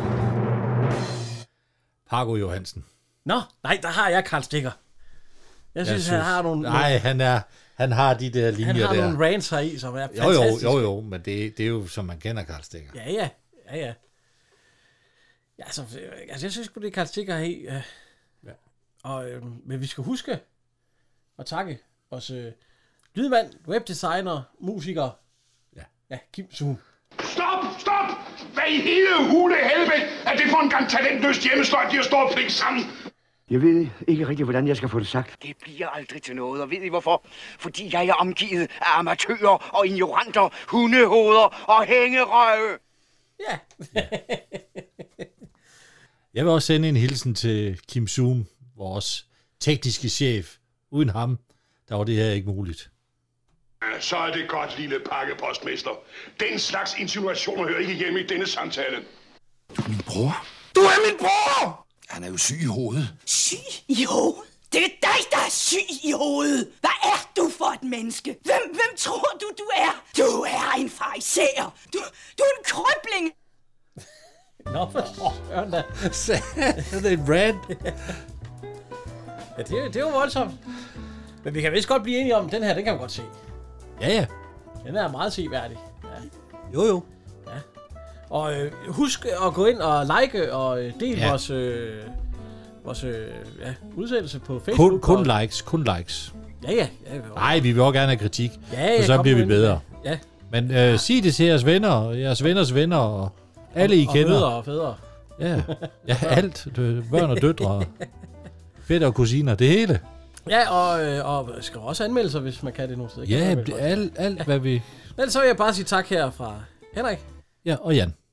Pargo Johansen. Nå, nej, der har jeg Karl Stikker. Jeg synes, han har nogle... Nej, han har de der linjer der. Han har nogle rants her i, som er fantastiske. Jo, men det er jo, som man kender Karl Stikker. Ja. Ja, altså, jeg synes det er Karl Stikker her i. Ja. Men vi skal huske at takke vores lydmand, webdesigner, musiker, ja, Kim Zoom. Stop! Hvad i hele hule helvede er det for en gang talentløst hjemmesløj, de har stået og flægt sammen? Jeg ved ikke rigtig, hvordan jeg skal få det sagt. Det bliver aldrig til noget, og ved I hvorfor? Fordi jeg er omgivet af amatører og ignoranter, hundehoveder og hængerøve. Ja. Jeg vil også sende en hilsen til Kim Zoom, vores tekniske chef. Uden ham, der var det her ikke muligt. Så er det godt, lille pakkepostmester. Den slags insinuationer hører ikke hjemme i denne samtale. Du er min bror. Du er min bror! Han er jo syg i hovedet. Syg i hovedet? Det er dig, der er syg i hovedet. Hvad er du for et menneske? Hvem tror du er? Du er en farisæer. Du er en krøbling. Nå, for søren da. Det er en brand. Ja, det er jo voldsomt. Men vi kan vist godt blive enige om, den her, den kan vi godt se. Ja. Den er meget seværdig. Ja. Jo. Ja. Og husk at gå ind og like og dele vores udsendelse på Facebook. Kun likes. Ja. Nej, vi vil også gerne have kritik. Ja, så bliver vi bedre. Ja. Men sig det til jeres venner, og jeres venners venner, og alle I kender. Og mødre og fædre. Ja, alt. Børn og døtre, fætter og kusiner, det hele. Ja, og skal også anmelde sig, hvis man kan det nogle steder. Ja, alt hvad vi... Ellers så vil jeg bare sige tak her fra Henrik. Ja, og Jan.